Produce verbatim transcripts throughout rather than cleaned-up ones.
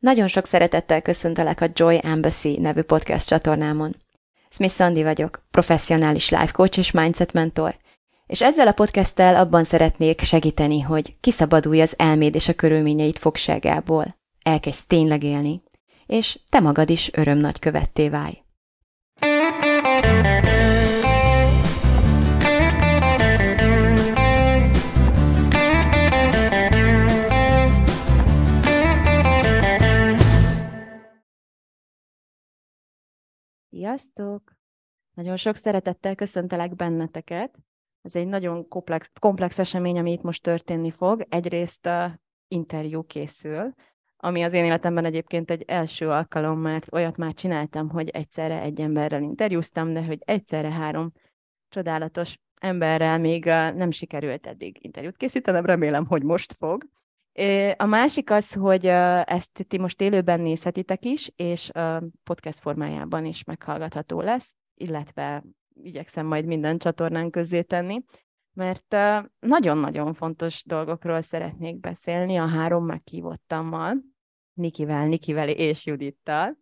Nagyon sok szeretettel köszöntelek a Joy Embassy nevű podcast csatornámon. Smith Andi vagyok, professzionális life coach és mindset mentor, és ezzel a podcasttel abban szeretnék segíteni, hogy kiszabadulj az elméd és a körülményeid fogságából, elkezdj tényleg élni, és te magad is örömnagykövetté válj. Sziasztok! Nagyon sok szeretettel köszöntelek benneteket. Ez egy nagyon komplex, komplex esemény, ami itt most történni fog. Egyrészt a interjú készül, ami az én életemben egyébként egy első alkalom, mert olyat már csináltam, hogy egyszerre egy emberrel interjúztam, de hogy egyszerre három csodálatos emberrel még nem sikerült eddig interjút készítenem, remélem, hogy most fog. A másik az, hogy ezt ti most élőben nézhetitek is, és podcast formájában is meghallgatható lesz, illetve igyekszem majd minden csatornán közzé tenni, mert nagyon-nagyon fontos dolgokról szeretnék beszélni a három meghívottammal, Nikivel, Nikivel és Judittal.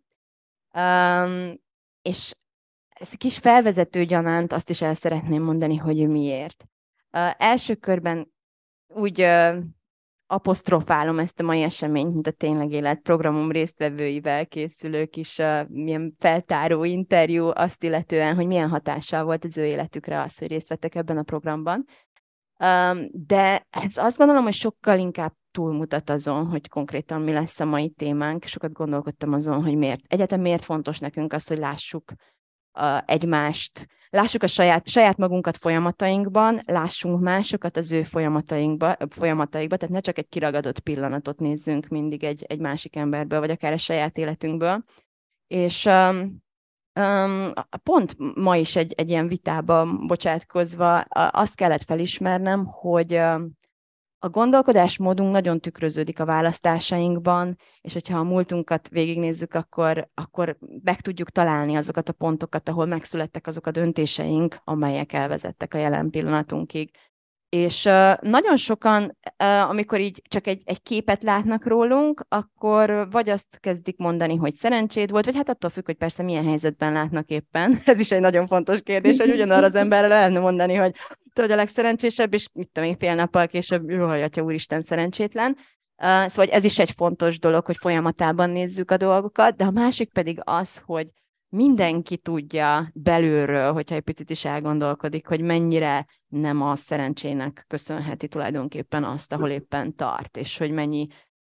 Um, és ez kis felvezető gyanánt azt is el szeretném mondani, hogy miért. Uh, első körben úgy... Uh, apostrofálom ezt a mai eseményt, mint a Tényleg Élet programom résztvevőivel készülő kis uh, milyen feltáró interjú azt illetően, hogy milyen hatással volt az ő életükre az, hogy részt vettek ebben a programban. Um, de ez azt gondolom, hogy sokkal inkább túlmutat azon, hogy konkrétan mi lesz a mai témánk. Sokat gondolkodtam azon, hogy miért. Egyetem miért fontos nekünk az, hogy lássuk uh, egymást, lássuk a saját, saját magunkat folyamatainkban, lássunk másokat az ő folyamatainkba, folyamataikba, tehát ne csak egy kiragadott pillanatot nézzünk mindig egy, egy másik emberből, vagy akár a saját életünkből. És um, um, pont ma is egy, egy ilyen vitába bocsátkozva azt kellett felismernem, hogy um, a gondolkodásmódunk nagyon tükröződik a választásainkban, és hogyha a múltunkat végignézzük, akkor, akkor meg tudjuk találni azokat a pontokat, ahol megszülettek azok a döntéseink, amelyek elvezettek a jelen pillanatunkig. És uh, nagyon sokan, uh, amikor így csak egy, egy képet látnak rólunk, akkor vagy azt kezdik mondani, hogy szerencséd volt, vagy hát attól függ, hogy persze milyen helyzetben látnak éppen. Ez is egy nagyon fontos kérdés, hogy ugyanarra az emberrel lehetne mondani, hogy tudod, a legszerencsésebb, és mit tudom én, fél nappal később, jaj, atya úristen, szerencsétlen. Uh, szóval ez is egy fontos dolog, hogy folyamatában nézzük a dolgokat, de a másik pedig az, hogy mindenki tudja belülről, hogyha egy picit is elgondolkodik, hogy mennyire nem a szerencsének köszönheti tulajdonképpen azt, ahol éppen tart, és hogy mennyi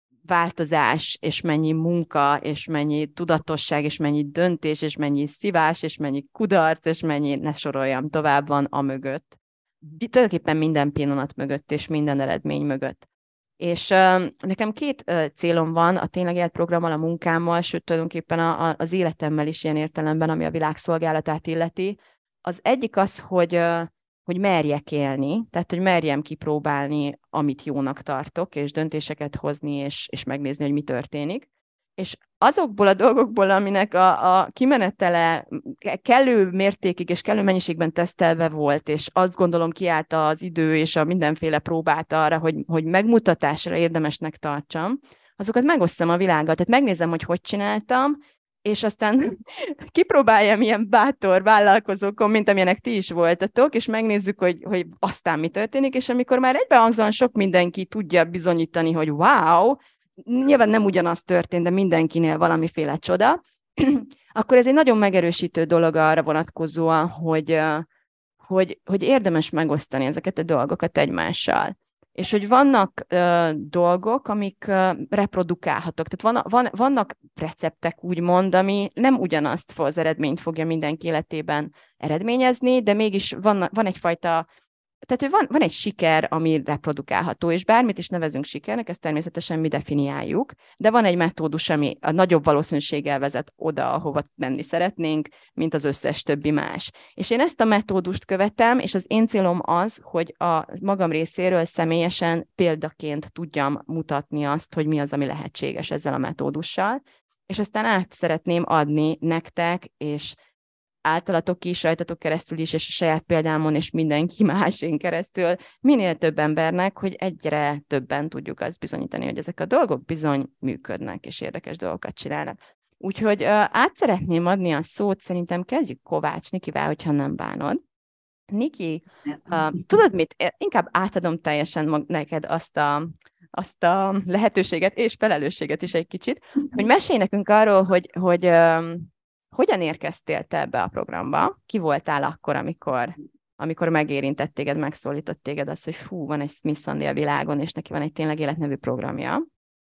változás, és mennyi munka, és mennyi tudatosság, és mennyi döntés, és mennyi szívás, és mennyi kudarc, és mennyi, ne soroljam tovább, van a mögött. Tulajdonképpen minden pillanat mögött, és minden eredmény mögött. És uh, nekem két uh, célom van a Tényleg Élet programmal, a munkámmal, sőt tulajdonképpen a, a, az életemmel is ilyen értelemben, ami a világszolgálatát illeti. Az egyik az, hogy, uh, hogy merjek élni, tehát hogy merjem kipróbálni, amit jónak tartok, és döntéseket hozni, és, és megnézni, hogy mi történik. És azokból a dolgokból, aminek a, a kimenetele kellő mértékig és kellő mennyiségben tesztelve volt, és azt gondolom kiállta az idő és a mindenféle próbát arra, hogy, hogy megmutatásra érdemesnek tartsam, azokat megosztom a világgal. Tehát megnézem, hogy hogy csináltam, és aztán kipróbáljam ilyen bátor vállalkozókon, mint amilyenek ti is voltatok, és megnézzük, hogy, hogy aztán mi történik, és amikor már egybehangzóan sok mindenki tudja bizonyítani, hogy wow, nyilván nem ugyanaz történt, de mindenkinél valamiféle csoda, akkor ez egy nagyon megerősítő dolog arra vonatkozóan, hogy, hogy, hogy érdemes megosztani ezeket a dolgokat egymással. És hogy vannak uh, dolgok, amik uh, reprodukálhatók. Tehát van, van, vannak receptek, úgymond, ami nem ugyanazt az eredményt fogja mindenki életében eredményezni, de mégis van, van egyfajta, tehát hogy van, van egy siker, ami reprodukálható, és bármit is nevezünk sikernek, ezt természetesen mi definiáljuk, de van egy metódus, ami a nagyobb valószínűséggel vezet oda, ahova menni szeretnénk, mint az összes többi más. És én ezt a metódust követem, és az én célom az, hogy a magam részéről személyesen példaként tudjam mutatni azt, hogy mi az, ami lehetséges ezzel a metódussal, és aztán át szeretném adni nektek, és általatok is, rajtatok keresztül is, és a saját példámon, és mindenki másén keresztül, minél több embernek, hogy egyre többen tudjuk azt bizonyítani, hogy ezek a dolgok bizony működnek, és érdekes dolgokat csinálnak. Úgyhogy uh, át szeretném adni a szót, szerintem kezdjük Kovács Nikivel, hogyha nem bánod. Niki, uh, tudod mit? Inkább átadom teljesen mag- neked azt a, azt a lehetőséget, és felelősséget is egy kicsit, hogy mesélj nekünk arról, hogy, hogy um, hogyan érkeztél te ebbe a programba? Ki voltál akkor, amikor, amikor megérintett téged, megszólított téged azt, hogy hú, van egy Smith a világon, és neki van egy tényleg életnevű programja.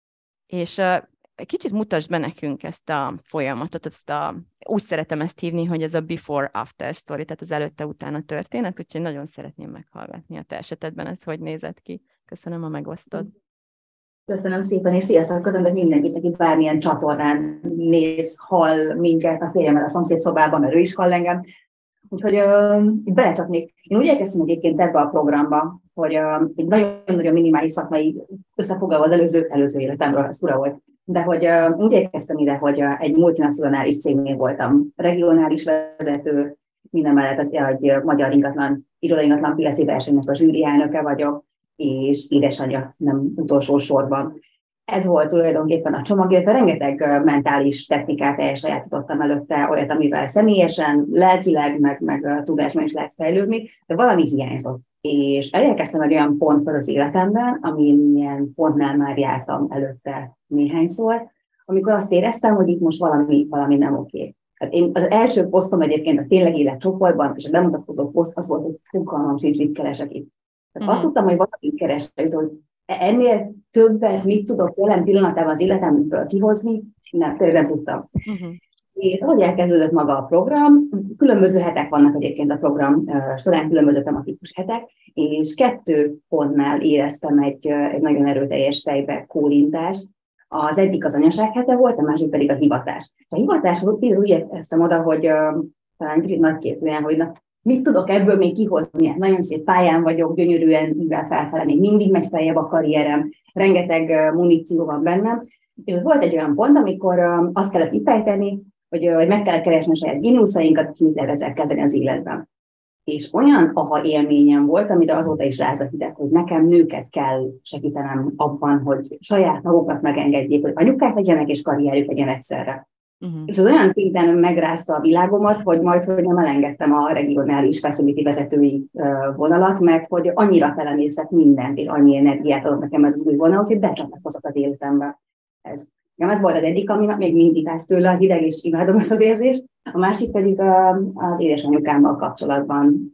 És uh, kicsit mutasd be nekünk ezt a folyamatot, ezt a, úgy szeretem ezt hívni, hogy ez a before-after story, tehát az előtte-utána történet, úgyhogy nagyon szeretném meghallgatni a te esetedben, ez hogy nézett ki. Köszönöm, ha megosztod. Köszönöm szépen, és sziasztok, köszönöm mindenkit, aki bármilyen csatornán néz, hall minket, a férjemmel a szomszéd szobában, mert ő is hall engem. Úgyhogy uh, belecsapnék. Én úgy érkeztem egyébként ebbe a programba, hogy uh, egy nagyon-nagyon minimális szakmai összefoglalva az előző, előző életemről, ez fura volt. De hogy uh, úgy érkeztem ide, hogy uh, egy multinacionális cégnél voltam, regionális vezető, minden mellett az, egy magyar ingatlan, irodai ingatlan piaci versenynek a zsűri elnöke vagyok, és édesanyja, nem utolsó sorban. Ez volt tulajdonképpen a csomag, illetve rengeteg mentális technikát elsajátítottam előtte, olyat, amivel személyesen, lelkileg, meg, meg tudásban is lehet fejlődni, de valami hiányzott. És elérkeztem egy olyan ponthoz az életemben, amilyen pontnál már jártam előtte néhányszor, amikor azt éreztem, hogy itt most valami, valami nem oké. Hát én az első posztom egyébként a Tényleg Élet csoportban, és a bemutatkozó poszt az volt, hogy fogalmam sincs, mit keresek itt. Tehát azt tudtam, hogy valamit keresek, hogy ennél többet mit tudok jelen pillanatában az életemből kihozni, nem, nem tudtam. Uh-huh. És ahogy elkezdődött maga a program, különböző hetek vannak egyébként a program során, különböző tematikus hetek, és kettő pontnál éreztem egy, egy nagyon erőteljes fejbe kólintást. Az egyik az anyaság hete volt, a másik pedig a hivatás. És a hivatás úgy éreztem oda, hogy uh, talán kicsit nagyképűen, hogy na, mit tudok ebből még kihozni? Nagyon szép pályán vagyok, gyönyörűen ível felfele, még mindig megy feljebb a karrierem, rengeteg muníció van bennem. És volt egy olyan pont, amikor azt kellett kifejteni, hogy, hogy meg kellett keresni a saját géniuszainkat, és mit lehet ezzel kezdeni az életben. És olyan aha élményem volt, amire azóta is ráz a hideg, hogy nekem nőket kell segítenem abban, hogy saját magukat megengedjék, hogy anyukák legyenek és karrierjük legyen egyszerre. Uh-huh. És az olyan szinten megrázta a világomat, hogy majd, hogy nem elengedtem a regionális facility vezetői vonalat, mert hogy annyira felemészett mindent, és annyi energiát adott nekem ez az új vonal, hogy becsatlakozott az életembe. Ez. Ja, ez volt az egyik, ami még mindig állsz tőle a hideg, és imádom ezt az érzést. A másik pedig az édesanyukámmal kapcsolatban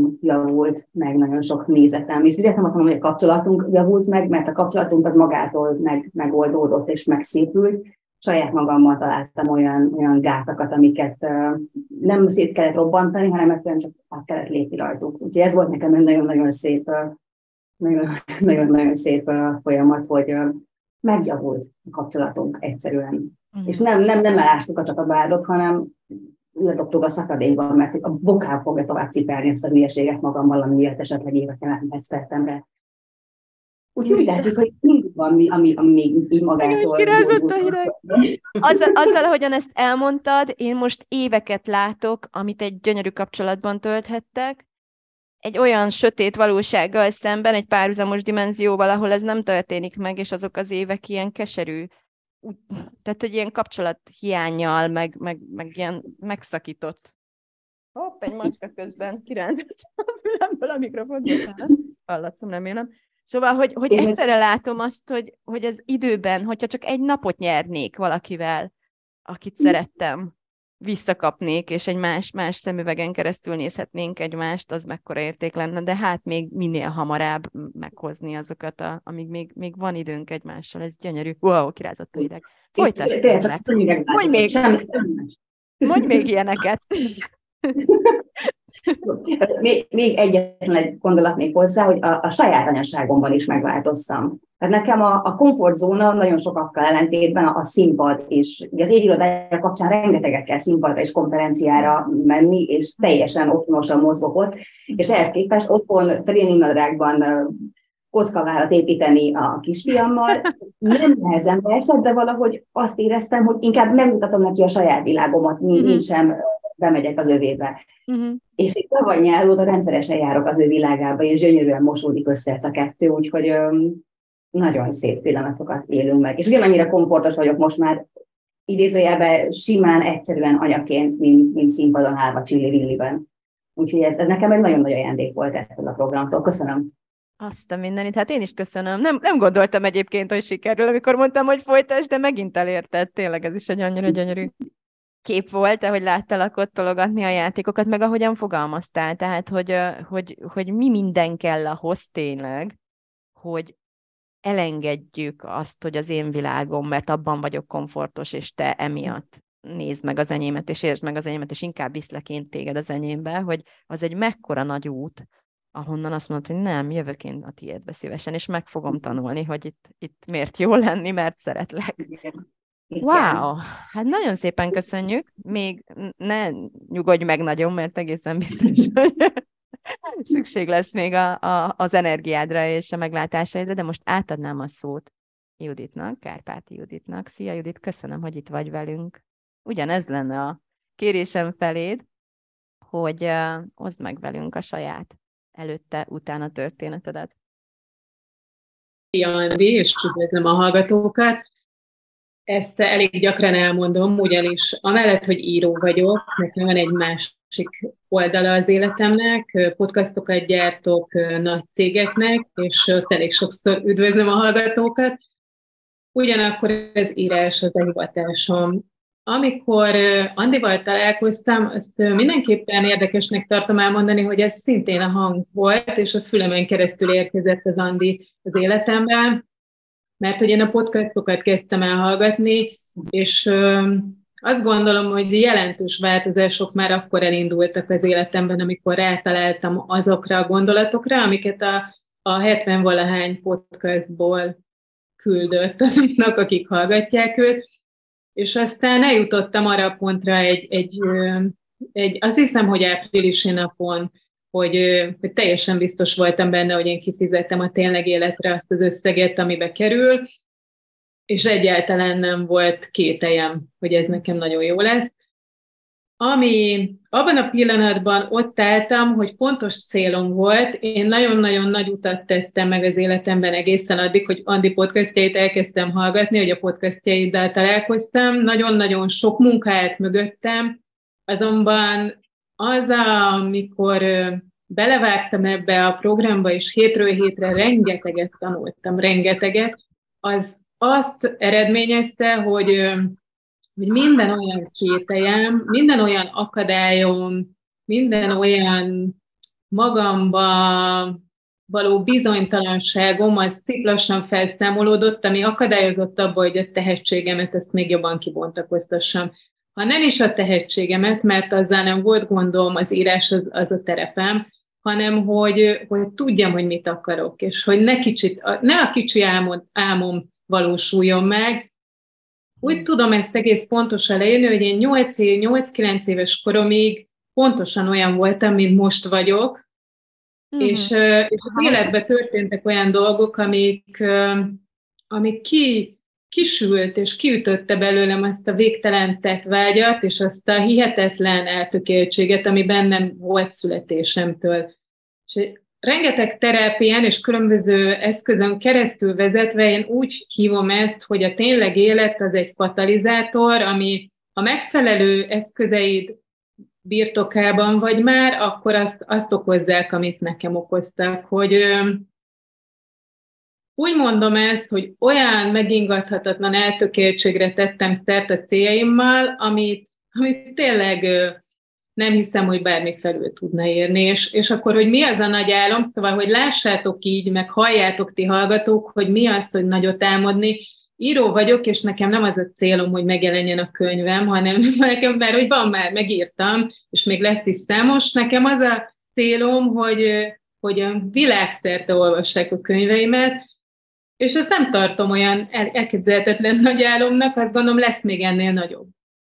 javult meg nagyon sok nézetem. És direkt nem azt mondom, hogy a kapcsolatunk javult meg, mert a kapcsolatunk az magától meg, megoldódott és megszépült. Saját magammal találtam olyan, olyan gátakat, amiket uh, nem szét kellett robbantani, hanem egyszerűen csak át kellett lépni rajtuk. Úgyhogy ez volt nekem egy nagyon-nagyon szép, uh, nagyon-nagyon szép uh, folyamat, hogy uh, megjavult a kapcsolatunk egyszerűen. Mm. És nem, nem, nem elástuk a csapabárdot, hanem ledobtuk a szakadékban, mert a bokán fogja tovább cipelni ezt a hülyeséget magammal, amiért esetleg éveken át vesztettem rá. Úgyhogy úgy látszik, hogy mindig van, ami, ami, ami még így magától... Kirázott a hideg. Azzal, azzal, ahogyan ezt elmondtad, én most éveket látok, amit egy gyönyörű kapcsolatban tölthettek, egy olyan sötét valósággal szemben, egy párhuzamos dimenzióval, ahol ez nem történik meg, és azok az évek ilyen keserű, úgy, tehát, hogy ilyen kapcsolat hiánnyal, meg, meg, meg ilyen megszakított. Hopp, egy macska közben kirántott a fülemből a mikrofont, hallatszom, remélem. Szóval, hogy, hogy egyszerre látom azt, hogy, hogy az időben, hogyha csak egy napot nyernék valakivel, akit szerettem, visszakapnék, és egy más, más szemüvegen keresztül nézhetnénk egymást, az mekkora érték lenne, de hát még minél hamarabb meghozni azokat, a, amíg még, még van időnk egymással. Ez gyönyörű. Wow, kirázott a hideg. Folytasd, kérlek. Mondj még, mondj még ilyeneket. Még, még egyetlen egy gondolat még hozzá, hogy a, a saját anyaságomban is megváltoztam. Tehát nekem a, a komfortzóna nagyon sokakkal ellentétben a, a színpad, és ugye az évirodája kapcsán rengeteget kell színpadra és konferenciára menni, és teljesen otthonosan mozgok ott, és ehhez képest otthon tréningnadrágban kockavárat építeni a kisfiammal. Nem nehezembe esett, de valahogy azt éreztem, hogy inkább megmutatom neki a saját világomat, mint sem bemegyek az övébe. Uh-huh. És itt tavaly nyár óta rendszeresen járok az ő világába, és gyönyörűen mosódik össze ez a kettő, úgyhogy öm, nagyon szép pillanatokat élünk meg. És ugyanannyira komfortos vagyok most már idézőjelben simán, egyszerűen anyaként, mint, mint színpadon állva Csilli-Villiben. Úgyhogy ez, ez nekem egy nagyon nagy ajándék volt ettől a programtól. Köszönöm. Azt a mindenit, hát én is köszönöm. Nem, nem gondoltam egyébként, hogy sikerül, amikor mondtam, hogy folytasd, de megint elérted. Tényleg ez is egy annyira gyönyörű kép volt, ahogy láttalak ott tologatni a játékokat, meg ahogyan fogalmaztál, tehát, hogy, hogy, hogy mi minden kell ahhoz tényleg, hogy elengedjük azt, hogy az én világom, mert abban vagyok komfortos, és te emiatt nézd meg az enyémet, és értsd meg az enyémet, és inkább viszlek én téged az enyémbe, hogy az egy mekkora nagy út, ahonnan azt mondod, hogy nem, jövök én a tiédbe szívesen, és meg fogom tanulni, hogy itt, itt miért jó lenni, mert szeretlek. Igen. Wow! Hát nagyon szépen köszönjük. Még ne nyugodj meg nagyon, mert egészen biztos, hogy szükség lesz még a, a, az energiádra és a meglátásaidra, de most átadnám a szót Juditnak, Kárpáti Juditnak. Szia Judit, köszönöm, hogy itt vagy velünk. Ugyanez lenne a kérésem feléd, hogy uh, oszd meg velünk a saját előtte-utána történetedet. Szia Andi, és üdvözlöm a hallgatókat. Ezt elég gyakran elmondom, ugyanis amellett, hogy író vagyok, nekem van egy másik oldala az életemnek, podcastokat gyártok nagy cégeknek, és ott elég sokszor üdvözlöm a hallgatókat. Ugyanakkor az írás az a hivatásom. Amikor Andival találkoztam, azt mindenképpen érdekesnek tartom elmondani, hogy ez szintén a hang volt, és a fülemen keresztül érkezett az Andi az életemben, mert hogy én a podcastokat kezdtem el hallgatni, és azt gondolom, hogy jelentős változások már akkor elindultak az életemben, amikor rátaláltam azokra a gondolatokra, amiket a, a hetven-valahány podcastból küldött azoknak, akik hallgatják őt, és aztán eljutottam arra a pontra egy, egy, egy azt hiszem, hogy áprilisi napon, hogy, hogy teljesen biztos voltam benne, hogy én kifizettem a tényleg életre azt az összeget, amibe kerül, és egyáltalán nem volt kételjem, hogy ez nekem nagyon jó lesz. Ami abban a pillanatban ott álltam, hogy pontos célom volt, én nagyon-nagyon nagy utat tettem meg az életemben egészen addig, hogy Andi podcastjait elkezdtem hallgatni, hogy a podcastjaiddal találkoztam, nagyon-nagyon sok munkát mögöttem, azonban az, amikor belevágtam ebbe a programba, és hétről hétre rengeteget tanultam, rengeteget, az azt eredményezte, hogy, hogy minden olyan kételjem, minden olyan akadályom, minden olyan magamba való bizonytalanságom, az szép lassan felszámolódott, ami akadályozott abba, hogy a tehetségemet ezt még jobban kibontakoztassam. Ha nem is a tehetségemet, mert azzal nem volt gondom, az írás az, az a terepem, hanem hogy, hogy tudjam, hogy mit akarok, és hogy ne, kicsit, ne a kicsi álmod, álmom valósuljon meg. Úgy tudom ezt egész pontosan leírni, hogy én nyolc-kilenc éves koromig pontosan olyan voltam, mint most vagyok, mm-hmm. és, és az életben történtek olyan dolgok, amik, amik ki, kisült és kiütötte belőlem azt a végtelen tettvágyat, és azt a hihetetlen eltökéltséget, ami bennem volt születésemtől. És rengeteg terápián és különböző eszközön keresztül vezetve én úgy hívom ezt, hogy a tényleg élet az egy katalizátor, ami a megfelelő eszközeid birtokában vagy már, akkor azt, azt okozzák, amit nekem okoztak. Hogy ö, úgy mondom ezt, hogy olyan megingathatatlan eltökéltségre tettem szert a céljaimmal, amit, amit tényleg ö, nem hiszem, hogy bármi felül tudna érni. És, és akkor, hogy mi az a nagy álom, szóval, hogy lássátok így, meg halljátok ti hallgatók, hogy mi az, hogy nagyot álmodni. Író vagyok, és nekem nem az a célom, hogy megjelenjen a könyvem, hanem nekem, mert hogy van már, megírtam, és még lesz is számos. Nekem az a célom, hogy, hogy a világszerte olvassák a könyveimet, és ezt nem tartom olyan elképzelhetetlen nagy álomnak, azt gondolom, lesz még ennél nagyobb.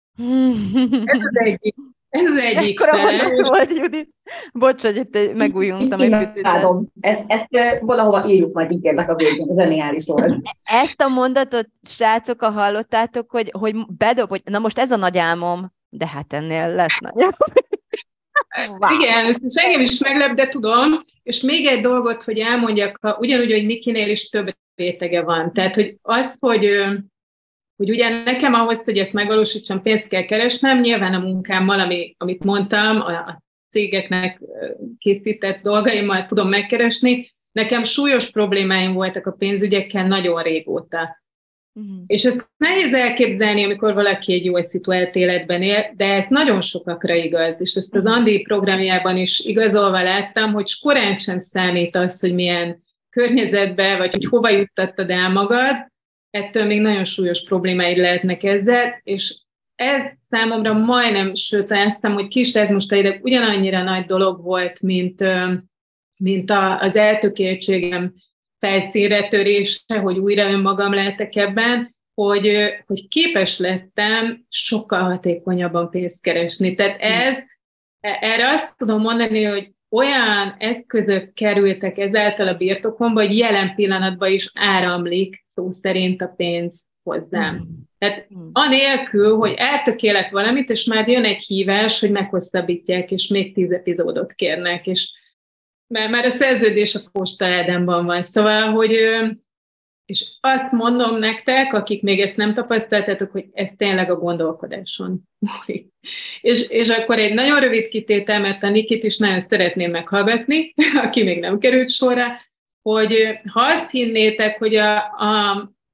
Ez az egyik. Ez az egyik Ekkora mondat volt, Judit. Bocs, hogy itt megújjongtam egy picit. Ezt, ezt valahova írjuk majd, így kérlek a végén, zseniális volt. Ezt a mondatot, srácok, ha hallottátok, hogy, hogy bedob, hogy na most ez a nagy álmom, de hát ennél lesz nagyobb. Wow. Igen, ezt is engem is meglep, de tudom. És még egy dolgot, hogy elmondjak, ha ugyanúgy, hogy Nikinél is több rétege van. Tehát, hogy az, hogy, hogy ugye nekem ahhoz, hogy ezt megvalósítsam, pénzt kell keresnem, nyilván a munkámmal, ami, amit mondtam, a, a cégeknek készített dolgaimmal tudom megkeresni. Nekem súlyos problémáim voltak a pénzügyekkel nagyon régóta. Uh-huh. És ezt nehéz elképzelni, amikor valaki egy jól szituált életben él, de ez nagyon sokakra igaz, és ezt az Andi programjában is igazolva láttam, hogy korán sem számít az, hogy milyen környezetbe, vagy hogy hova juttattad el magad, ettől még nagyon súlyos problémáid lehetnek ezzel, és ez számomra majdnem, sőt, elszem, hogy ki is ez most ideig ugyanannyira nagy dolog volt, mint, mint az eltökéltségem felszínre törése, hogy újra önmagam lehetek ebben, hogy, hogy képes lettem sokkal hatékonyabban pénzt keresni. Tehát ez, erre azt tudom mondani, hogy olyan eszközök kerültek ezáltal a birtokomba, hogy jelen pillanatban is áramlik szó szerint a pénz hozzám. Mm. Tehát anélkül, hogy eltökélek valamit, és már jön egy hívás, hogy meghosszabbítják, és még tíz epizódot kérnek, és Már, már a szerződés a postáládamban van. Szóval, hogy és azt mondom nektek, akik még ezt nem tapasztaltátok, hogy ez tényleg a gondolkodáson. és, és akkor egy nagyon rövid kitétel, mert a Nikit is nagyon szeretném meghallgatni, aki még nem került sorra, hogy ha azt hinnétek, hogy a, a,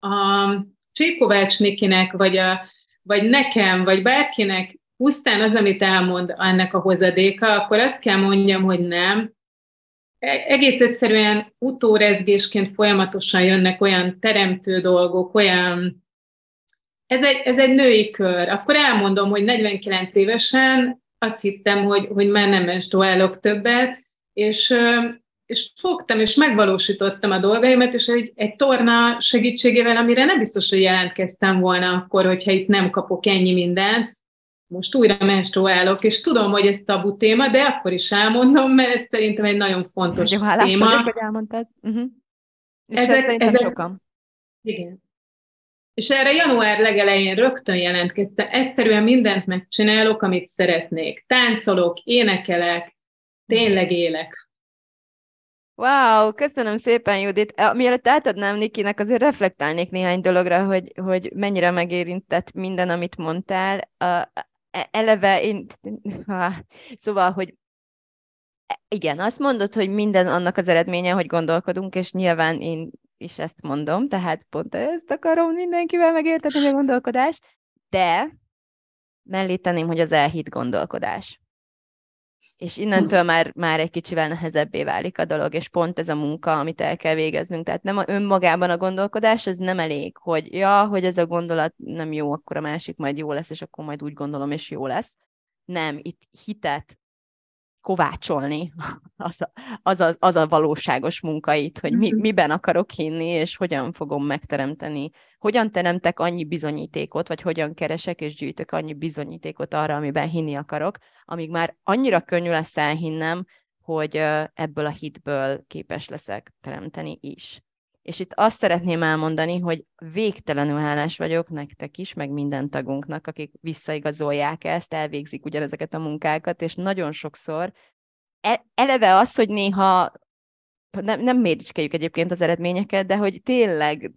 a Csékovács Nikinek, vagy, a, vagy nekem, vagy bárkinek pusztán az, amit elmond ennek a hozadéka, akkor azt kell mondjam, hogy nem. Egész egyszerűen utórezgésként folyamatosan jönnek olyan teremtő dolgok, olyan... Ez egy, ez egy női kör. Akkor elmondom, hogy negyvenkilenc évesen azt hittem, hogy, hogy már nem menstruálok többet, és, és fogtam, és megvalósítottam a dolgaimat, és egy, egy torna segítségével, amire nem biztos, hogy jelentkeztem volna akkor, hogyha itt nem kapok ennyi mindent. Most újra menstruálok, és tudom, hogy ez tabu téma, de akkor is elmondom, mert ez szerintem egy nagyon fontos Jó, téma. Vagyok, hogy elmondtad. Uh-huh. És ezek, szerintem ezek, sokan. Igen. És erre január legelején rögtön jelentkeztem. Egyszerűen mindent megcsinálok, amit szeretnék. Táncolok, énekelek, tényleg élek. Wow, köszönöm szépen, Judit. Mielőtt átadnám Nikinek, azért reflektálnék néhány dologra, hogy, hogy mennyire megérintett minden, amit mondtál. Eleve én... Szóval, hogy igen, azt mondod, hogy minden annak az eredménye, hogy gondolkodunk, és nyilván én is ezt mondom, tehát pont ezt akarom mindenkivel megértetni a gondolkodás, de mellé tenném, hogy az elhitt gondolkodás. És innentől már, már egy kicsivel nehezebbé válik a dolog, és pont ez a munka, amit el kell végeznünk. Tehát nem a, önmagában a gondolkodás, ez nem elég, hogy ja, hogy ez a gondolat nem jó, akkor a másik majd jó lesz, és akkor majd úgy gondolom, és jó lesz. Nem, itt hitet kovácsolni, az a, az a, az a valóságos munkait, hogy mi, miben akarok hinni, és hogyan fogom megteremteni. Hogyan teremtek annyi bizonyítékot, vagy hogyan keresek és gyűjtök annyi bizonyítékot arra, amiben hinni akarok, amíg már annyira könnyű lesz elhinnem, hogy ebből a hitből képes leszek teremteni is. És itt azt szeretném elmondani, hogy végtelenül hálás vagyok nektek is, meg minden tagunknak, akik visszaigazolják ezt, elvégzik ugyanezeket a munkákat, és nagyon sokszor eleve az, hogy néha nem, nem méricskeljük egyébként az eredményeket, de hogy tényleg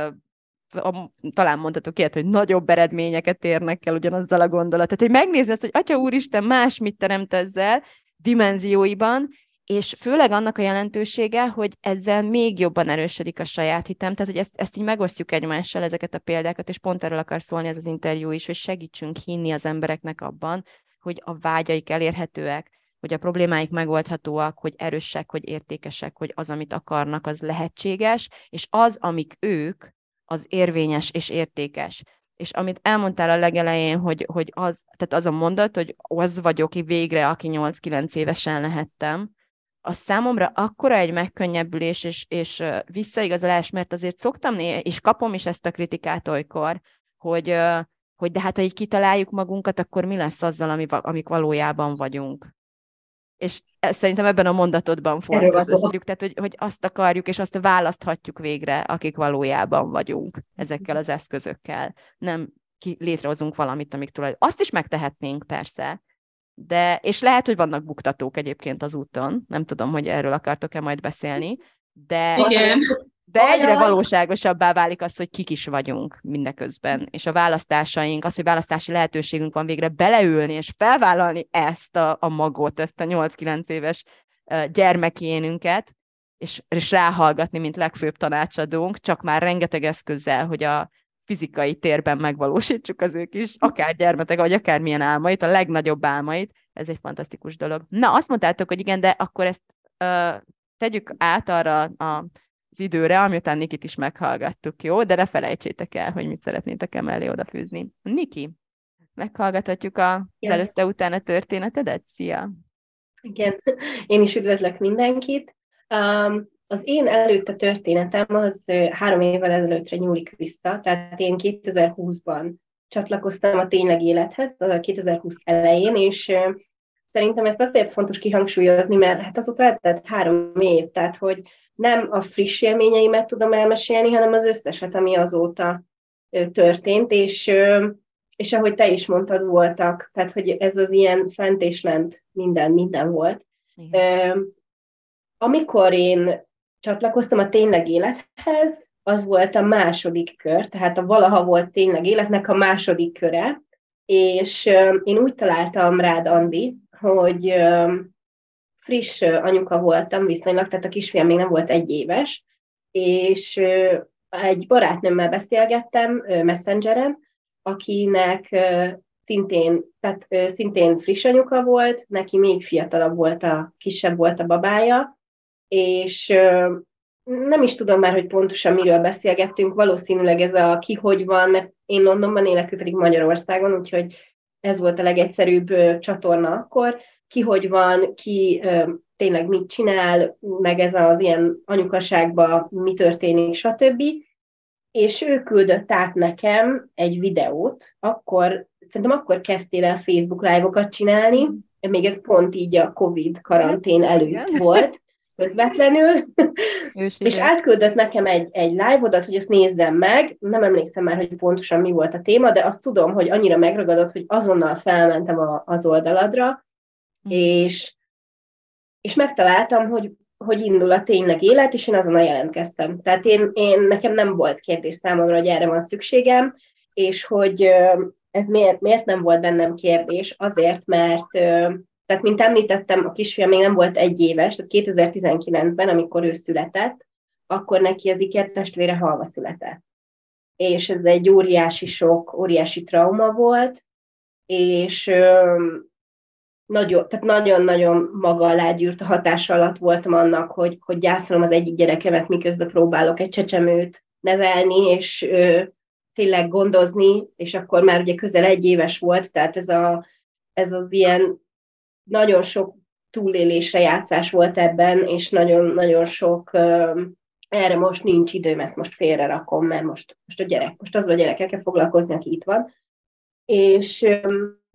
talán mondhatok ilyet, hogy nagyobb eredményeket érnek el ugyanazzal a gondolat. Tehát, hogy megnézni azt, hogy Atya Úristen más mit teremt ezzel dimenzióiban, és főleg annak a jelentősége, hogy ezzel még jobban erősödik a saját hitem, tehát hogy ezt, ezt így megosztjuk egymással, ezeket a példákat, és pont erről akar szólni ez az interjú is, hogy segítsünk hinni az embereknek abban, hogy a vágyaik elérhetőek, hogy a problémáik megoldhatóak, hogy erősek, hogy értékesek, hogy az, amit akarnak, az lehetséges, és az, amik ők, az érvényes és értékes. És amit elmondtál a legelején, hogy, hogy az, tehát az a mondat, hogy az vagyok végre, aki nyolc-kilenc évesen lehettem, az számomra akkora egy megkönnyebbülés és, és visszaigazolás, mert azért szoktam, és kapom is ezt a kritikát olykor, hogy, hogy de hát, ha így kitaláljuk magunkat, akkor mi lesz azzal, ami, amik valójában vagyunk. És szerintem ebben a mondatodban fordítjuk, tehát hogy, hogy azt akarjuk, és azt választhatjuk végre, akik valójában vagyunk ezekkel az eszközökkel. Nem ki, létrehozunk valamit, amik tulajdon. Azt is megtehetnénk, persze, de, és lehet, hogy vannak buktatók egyébként az úton, nem tudom, hogy erről akartok-e majd beszélni, de, Igen. de egyre valóságosabbá válik az, hogy kik is vagyunk mindeközben, és a választásaink, az, hogy választási lehetőségünk van végre beleülni, és felvállalni ezt a, a magot, ezt a nyolc-kilenc éves gyermekénünket, és, és ráhallgatni, mint legfőbb tanácsadónk, csak már rengeteg eszközzel, hogy a fizikai térben megvalósítsuk az ők is, akár gyermetek, vagy akár milyen álmait, a legnagyobb álmait, ez egy fantasztikus dolog. Na, azt mondtátok, hogy igen, de akkor ezt uh, tegyük át arra a, az időre, amiután Nikit is meghallgattuk, jó? De ne felejtsétek el, hogy mit szeretnétek emellé odafűzni. Niki, meghallgathatjuk az Yes. előtte-utána történetedet? Szia! Igen, én is üdvözlök mindenkit. Um, az én előtte történetem az uh, három évvel ezelőttre nyúlik vissza, tehát én kétezer-húszban csatlakoztam a tényleg élethez, a kétezer-húsz elején, és uh, szerintem ezt azért fontos kihangsúlyozni, mert hát azóta eltelt három év, tehát hogy nem a friss élményeimet tudom elmesélni, hanem az összeset, ami azóta uh, történt, és uh, és ahogy te is mondtad, voltak, tehát hogy ez az ilyen fent és lent, minden, minden volt. Igen. Amikor én csatlakoztam a tényleg élethez, az volt a második kör, tehát a valaha volt tényleg életnek a második köre, és én úgy találtam rád, Andi, hogy friss anyuka voltam viszonylag, tehát a kisfiam még nem volt egy éves, és egy barátnőmmel beszélgettem Messengeren, akinek uh, szintén, tehát uh, szintén friss anyuka volt, neki még fiatalabb volt, a kisebb volt a babája, és uh, nem is tudom már, hogy pontosan miről beszélgettünk, valószínűleg ez a ki hogy van, mert én Londonban élek, ő pedig Magyarországon, úgyhogy ez volt a legegyszerűbb uh, csatorna akkor, ki hogy van, ki uh, tényleg mit csinál, meg ez az ilyen anyukaságban mi történik, stb., és ő küldött át nekem egy videót, akkor, szerintem akkor kezdtél el Facebook live-okat csinálni, még ez pont így a Covid karantén előtt volt, közvetlenül, és átküldött nekem egy, egy live-odat, hogy ezt nézzem meg, nem emlékszem már, hogy pontosan mi volt a téma, de azt tudom, hogy annyira megragadott, hogy azonnal felmentem a, az oldaladra, mm. és, és megtaláltam, hogy hogy indul a tényleg élet, és én azonnal jelentkeztem. Tehát én, én, nekem nem volt kérdés számomra, hogy erre van szükségem, és hogy ez miért, miért nem volt bennem kérdés, azért, mert, tehát mint említettem, a kisfiam még nem volt egy éves, tehát kétezer-tizenkilencben, amikor ő született, akkor neki az ikertestvére halva született. És ez egy óriási sok, óriási trauma volt, és Nagyon, tehát nagyon-nagyon maga alá gyűrt a hatása alatt voltam annak, hogy, hogy gyászolom az egyik gyerekemet, miközben próbálok egy csecsemőt nevelni, és ö, tényleg gondozni, és akkor már ugye közel egy éves volt, tehát ez, a, ez az ilyen nagyon sok túlélésre játszás volt ebben, és nagyon-nagyon sok, ö, erre most nincs időm, ezt most félre rakom, mert most, most a gyerek, most az a gyerekkel kell foglalkozni, aki itt van. És ö,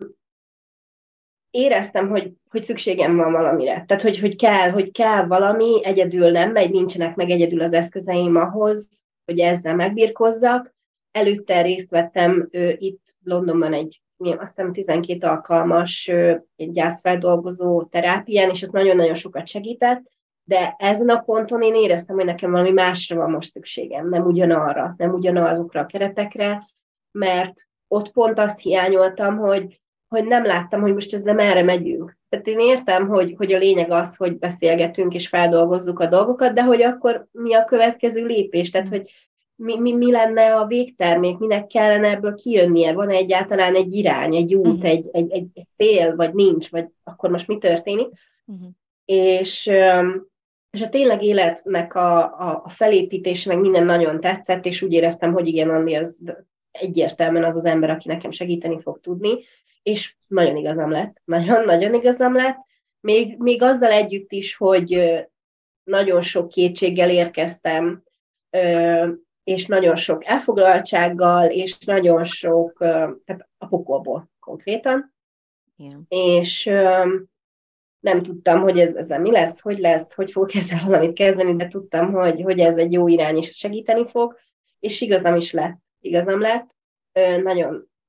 éreztem, hogy, hogy szükségem van valamire. Tehát, hogy, hogy, kell, hogy kell valami, egyedül nem megy, nincsenek meg egyedül az eszközeim ahhoz, hogy ezzel megbirkozzak. Előtte részt vettem ő, itt Londonban egy, azt hiszem tizenkét alkalmas egy gyászfeldolgozó terápián, és ez nagyon-nagyon sokat segített, de ezen a ponton én éreztem, hogy nekem valami másra van most szükségem, nem ugyanarra, nem ugyanazokra a keretekre, mert ott pont azt hiányoltam, hogy hogy nem láttam, hogy most ezzel merre megyünk. Tehát én értem, hogy, hogy a lényeg az, hogy beszélgetünk és feldolgozzuk a dolgokat, de hogy akkor mi a következő lépés? Tehát, hogy mi, mi, mi lenne a végtermék, minek kellene ebből kijönnie? Van egyáltalán egy irány, egy út, uh-huh. egy, egy, egy cél, vagy nincs, vagy akkor most mi történik? Uh-huh. És, és a tényleg életnek a, a, a felépítése, meg minden nagyon tetszett, és úgy éreztem, hogy igen, Andi, az egyértelműen az az ember, aki nekem segíteni fog tudni, és nagyon igazam lett, nagyon-nagyon igazam lett, még, még azzal együtt is, hogy nagyon sok kétséggel érkeztem, és nagyon sok elfoglaltsággal, és nagyon sok, tehát a pokolból konkrétan, yeah. és nem tudtam, hogy ez, ezzel mi lesz, hogy lesz, hogy fogok ezzel valamit kezdeni, de tudtam, hogy, hogy ez egy jó irány, és segíteni fog, és igazam is lett, igazam lett, nagyon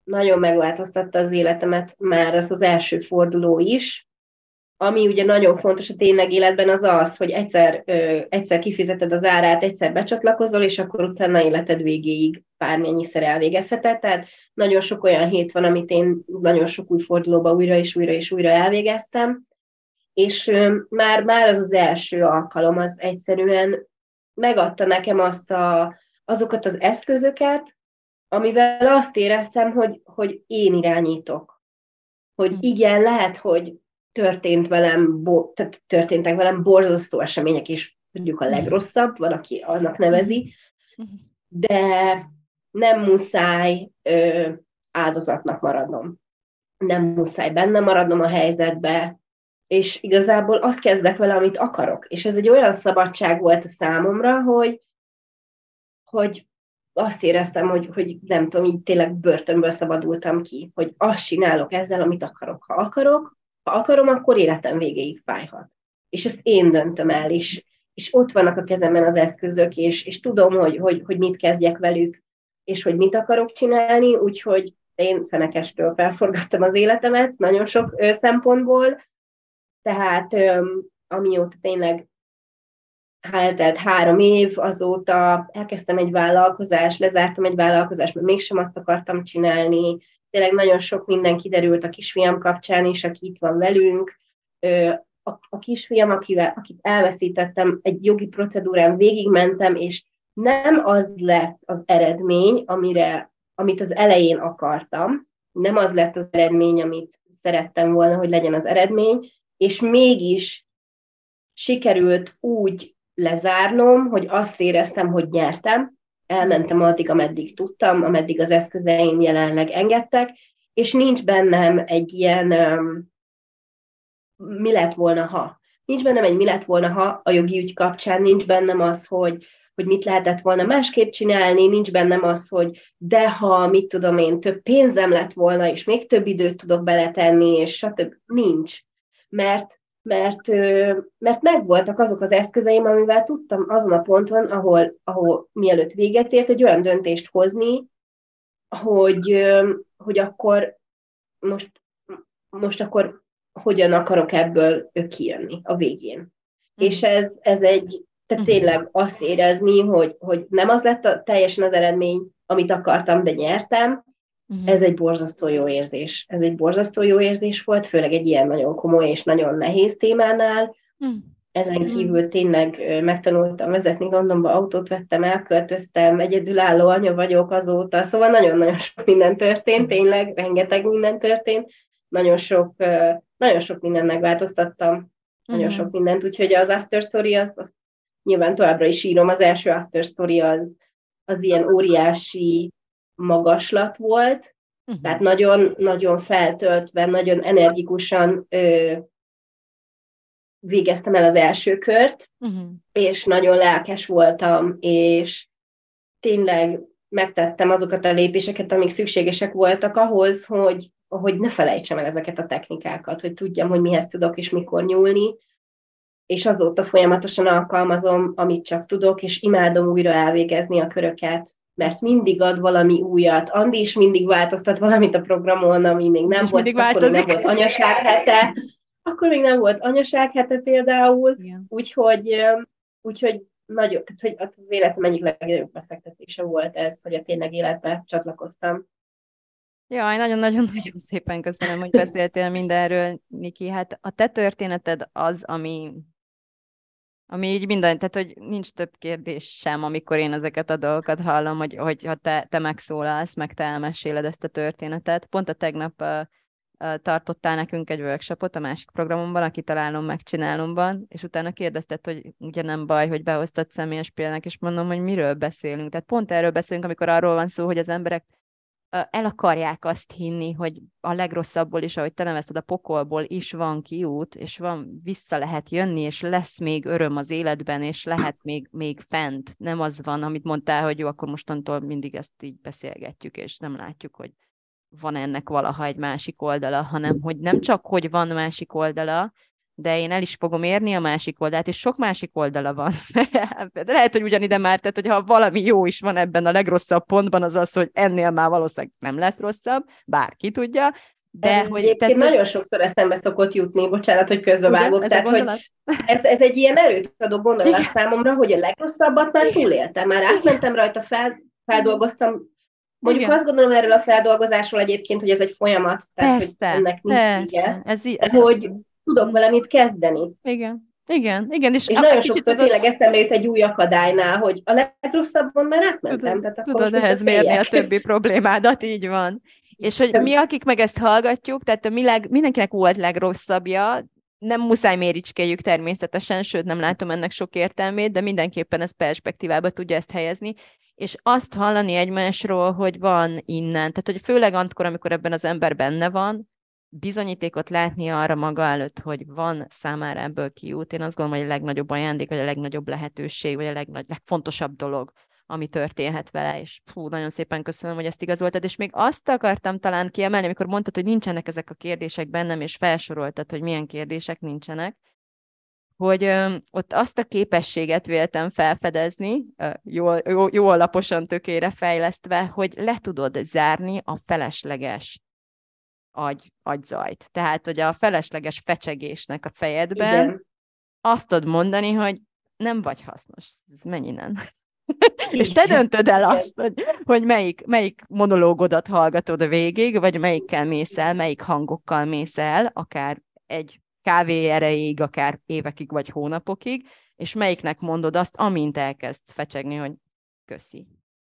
nagyon megváltoztatta az életemet már az az első forduló is. Ami ugye nagyon fontos a tényleg életben, az az, hogy egyszer, ö, egyszer kifizeted az árát, egyszer becsatlakozol, és akkor utána életed végéig bármennyiszer elvégezheted. Tehát nagyon sok olyan hét van, amit én nagyon sok új fordulóba újra és újra és újra elvégeztem, és ö, már, már az az első alkalom, az egyszerűen megadta nekem azt a, azokat az eszközöket, amivel azt éreztem, hogy, hogy én irányítok. Hogy igen, lehet, hogy történt velem, bo- tehát történtek velem borzasztó események is, mondjuk a legrosszabb, van, aki annak nevezi, de nem muszáj ö, áldozatnak maradnom. Nem muszáj benne maradnom a helyzetbe, és igazából azt kezdek vele, amit akarok. És ez egy olyan szabadság volt a számomra, hogy, hogy azt éreztem, hogy, hogy nem tudom, így tényleg börtönből szabadultam ki, hogy azt csinálok ezzel, amit akarok. Ha akarok, ha akarom, akkor életem végéig fájhat. És ezt én döntöm el, és, és ott vannak a kezemben az eszközök, és, és tudom, hogy, hogy, hogy mit kezdjek velük, és hogy mit akarok csinálni, úgyhogy én fenekestől felforgattam az életemet, nagyon sok ö, szempontból, tehát ö, amióta tényleg eltelt három év, azóta elkezdtem egy vállalkozást, lezártam egy vállalkozást, mert mégsem azt akartam csinálni. Tényleg nagyon sok minden kiderült a kisfiam kapcsán is, aki itt van velünk. A, a kisfiam, akivel, akit elveszítettem, egy jogi procedúrán végigmentem, és nem az lett az eredmény, amire, amit az elején akartam, nem az lett az eredmény, amit szerettem volna, hogy legyen az eredmény, és mégis sikerült úgy lezárnom, hogy azt éreztem, hogy nyertem, elmentem addig, ameddig tudtam, ameddig az eszközeim jelenleg engedtek, és nincs bennem egy ilyen um, mi lett volna, ha. Nincs bennem egy mi lett volna, ha a jogi ügy kapcsán, nincs bennem az, hogy, hogy mit lehetett volna másképp csinálni, nincs bennem az, hogy de ha, mit tudom én, több pénzem lett volna, és még több időt tudok beletenni, és stb. Nincs. Mert Mert, mert megvoltak azok az eszközeim, amivel tudtam azon a ponton, ahol, ahol mielőtt véget ért, egy olyan döntést hozni, hogy, hogy akkor most, most akkor hogyan akarok ebből kijönni a végén. Mm. És ez, ez egy, tehát tényleg azt érezni, hogy, hogy nem az lett a, teljesen az eredmény, amit akartam, de nyertem, Uh-huh. Ez egy borzasztó jó érzés. Ez egy borzasztó jó érzés volt, főleg egy ilyen nagyon komoly és nagyon nehéz témánál. Uh-huh. Ezen kívül tényleg megtanultam vezetni, Londonba autót vettem, elköltöztem, egyedülálló anya vagyok azóta, szóval nagyon-nagyon sok minden történt, tényleg rengeteg minden történt, nagyon sok, nagyon sok mindent megváltoztattam, uh-huh. nagyon sok mindent, úgyhogy az after story, az, az nyilván továbbra is írom, az első after story az, az ilyen óriási magaslat volt, uh-huh. tehát nagyon-nagyon feltöltve, nagyon energikusan ö, végeztem el az első kört, uh-huh. és nagyon lelkes voltam, és tényleg megtettem azokat a lépéseket, amik szükségesek voltak ahhoz, hogy, hogy ne felejtsem el ezeket a technikákat, hogy tudjam, hogy mihez tudok és mikor nyúlni, és azóta folyamatosan alkalmazom, amit csak tudok, és imádom újra elvégezni a köröket, mert mindig ad valami újat. Andi is mindig változtat valamit a programon, ami még nem, volt, akkor nem volt anyasághete. Akkor még nem volt anyasághete például. Úgyhogy, úgyhogy nagyon, tehát, hogy az életem egyik legnagyobb befektetése volt ez, hogy a tényleg életbe csatlakoztam. Jaj, nagyon-nagyon-nagyon szépen köszönöm, hogy beszéltél mindenről, Niki. Hát a te történeted az, ami... Ami így minden, tehát hogy nincs több kérdés sem, amikor én ezeket a dolgokat hallom, hogy, hogy ha te, te megszólalsz, meg te elmeséled ezt a történetet. Pont a tegnap uh, uh, tartottál nekünk egy workshopot a másik programomban, a Kitalálom, Megcsinálomban, és utána kérdezted, hogy ugye nem baj, hogy behoztad személyes példának, és mondom, hogy miről beszélünk. Tehát pont erről beszélünk, amikor arról van szó, hogy az emberek el akarják azt hinni, hogy a legrosszabbból is, ahogy te nevezted, a pokolból is van kiút, és van, vissza lehet jönni, és lesz még öröm az életben, és lehet még, még fent. Nem az van, amit mondtál, hogy jó, akkor mostantól mindig ezt így beszélgetjük, és nem látjuk, hogy van ennek valaha egy másik oldala, hanem hogy nem csak, hogy van másik oldala, de én el is fogom érni a másik oldalt, és sok másik oldala van. De lehet, hogy ugyanide már, tehát hogyha valami jó is van ebben a legrosszabb pontban, az az, hogy ennél már valószínűleg nem lesz rosszabb, bárki tudja. De hogy, Egyébként tehát, nagyon sokszor eszembe szokott jutni, bocsánat, hogy közbevágok, ez tehát hogy ez, ez egy ilyen erőt adó gondolat számomra, hogy a legrosszabbat már túléltem, már átmentem rajta, fel, feldolgoztam. Mondjuk Igen. azt gondolom erről a feldolgozásról egyébként, hogy ez egy folyamat, tehát persze, hogy ennek nincs vége, ez, ez hogy abszolút. Tudok vele mit kezdeni. Igen. Igen, igen. És, és nagyon sokszor tudod... tényleg eszembe jut egy új akadálynál, hogy a legrosszabban már átmentem. Tudod, tehát tudod ehhez mérni a többi problémádat, így van. És hogy mi, akik meg ezt hallgatjuk, tehát a mi leg, mindenkinek volt legrosszabbja, nem muszáj méricskéljük természetesen, sőt nem látom ennek sok értelmét, de mindenképpen ez perspektívába tudja ezt helyezni, és azt hallani egymásról, hogy van innen, tehát hogy főleg akkor, amikor ebben az ember benne van, bizonyítékot látni arra maga előtt, hogy van számára ebből kiút. Én azt gondolom, hogy a legnagyobb ajándék, vagy a legnagyobb lehetőség, vagy a legnagy, legfontosabb dolog, ami történhet vele, és fú, nagyon szépen köszönöm, hogy ezt igazoltad, és még azt akartam talán kiemelni, amikor mondtad, hogy nincsenek ezek a kérdések bennem, és felsoroltad, hogy milyen kérdések nincsenek, hogy ö, ott azt a képességet véltem felfedezni, ö, jól, jó, jó alaposan tökére fejlesztve, hogy le tudod zárni a felesleges agy, agyzajt. Tehát, hogy a felesleges fecsegésnek a fejedben Igen. azt tudod mondani, hogy nem vagy hasznos, ez menj innen. És te döntöd el azt, hogy, hogy melyik, melyik monológodat hallgatod a végig, vagy melyikkel mész el, melyik hangokkal mész el, akár egy kávé erejéig, akár évekig, vagy hónapokig, és melyiknek mondod azt, amint elkezd fecsegni, hogy köszi.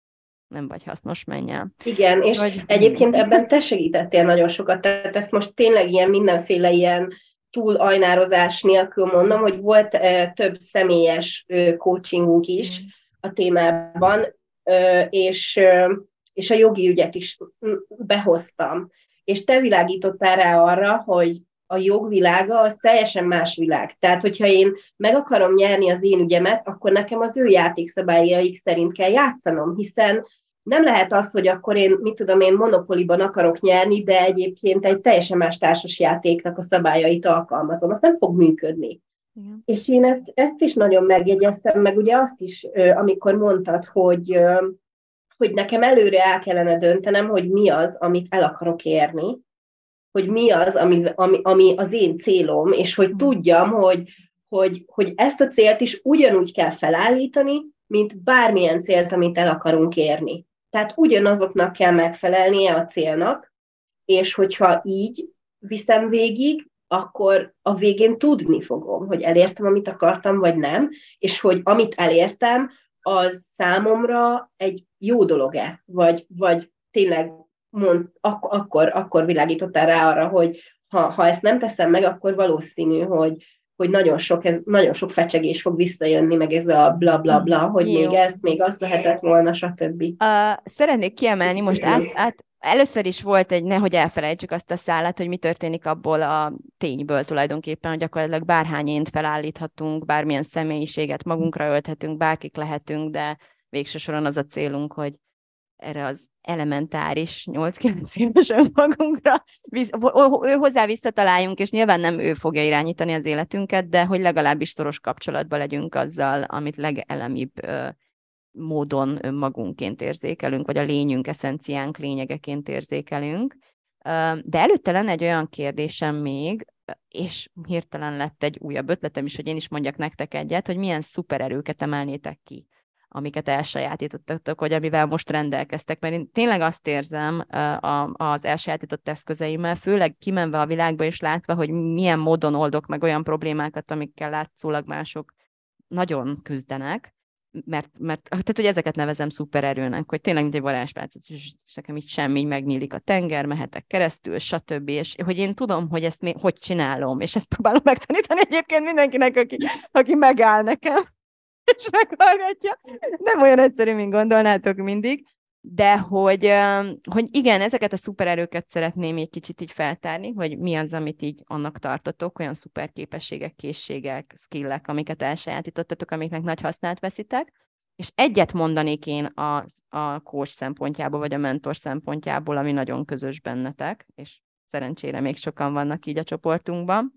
Nem vagy hasznos, menj el. Igen, és vagy... egyébként ebben te segítettél nagyon sokat, tehát ezt most tényleg ilyen mindenféle ilyen túl ajnározás nélkül mondom, hogy volt uh, több személyes uh, coachingunk is mm. a témában, uh, és, uh, és a jogi ügyet is behoztam. És te világítottál rá arra, hogy a jogvilága az teljesen más világ. Tehát, hogyha én meg akarom nyerni az én ügyemet, akkor nekem az ő játékszabályaik szerint kell játszanom, hiszen nem lehet az, hogy akkor én, mit tudom én, Monopoly-ban akarok nyerni, de egyébként egy teljesen más társasjátéknak a szabályait alkalmazom. Az nem fog működni. Igen. És én ezt, ezt is nagyon megjegyeztem, meg ugye azt is, amikor mondtad, hogy, hogy nekem előre el kellene döntenem, hogy mi az, amit el akarok érni, hogy mi az, ami, ami, ami az én célom, és hogy tudjam, hogy, hogy, hogy ezt a célt is ugyanúgy kell felállítani, mint bármilyen célt, amit el akarunk érni. Tehát ugyanazoknak kell megfelelnie a célnak, és hogyha így viszem végig, akkor a végén tudni fogom, hogy elértem, amit akartam, vagy nem, és hogy amit elértem, az számomra egy jó dolog-e, vagy, vagy tényleg mond, ak- akkor, akkor világítottál rá arra, hogy ha, ha ezt nem teszem meg, akkor valószínű, hogy, hogy nagyon, sok, ez, nagyon sok fecsegés fog visszajönni, meg ez a bla bla bla, hogy Jó. még ezt, még azt lehetett volna, stb. Uh, szeretnék kiemelni, most át, át, először is volt egy, nehogy elfelejtsük azt a szállat, hogy mi történik abból a tényből tulajdonképpen, hogy gyakorlatilag bárhány ént felállíthatunk, bármilyen személyiséget magunkra ölthetünk, bárkik lehetünk, de végső soron az a célunk, hogy erre az elementáris nyolc-kilenc éves önmagunkra visz, hozzá visszataláljunk, és nyilván nem ő fogja irányítani az életünket, de hogy legalábbis szoros kapcsolatban legyünk azzal, amit legelemibb ö, módon önmagunkként érzékelünk, vagy a lényünk, eszenciánk lényegeként érzékelünk. De előtte lenne egy olyan kérdésem még, és hirtelen lett egy újabb ötletem is, hogy én is mondjak nektek egyet, hogy milyen szupererőket emelnétek ki, amiket elsajátítottatok, vagy amivel most rendelkeztek. Mert én tényleg azt érzem az elsajátított eszközeimmel, főleg kimenve a világba és látva, hogy milyen módon oldok meg olyan problémákat, amikkel látszólag mások nagyon küzdenek, mert, mert tehát, hogy ezeket nevezem szupererőnek, hogy tényleg mint egy varázspálca, és nekem itt semmi, megnyílik a tenger, mehetek keresztül, stb. És hogy én tudom, hogy ezt még hogy csinálom, és ezt próbálom megtanítani egyébként mindenkinek, aki, aki megáll nekem, és meghallgatja. Nem olyan egyszerű, mint gondolnátok mindig, de hogy, hogy igen, ezeket a szupererőket szeretném egy kicsit így feltárni, hogy mi az, amit így annak tartotok, olyan szuper képességek, készségek, skillek, amiket elsajátítottatok, amiknek nagy hasznát veszitek, és egyet mondanék én a, a coach szempontjából, vagy a mentor szempontjából, ami nagyon közös bennetek, és szerencsére még sokan vannak így a csoportunkban,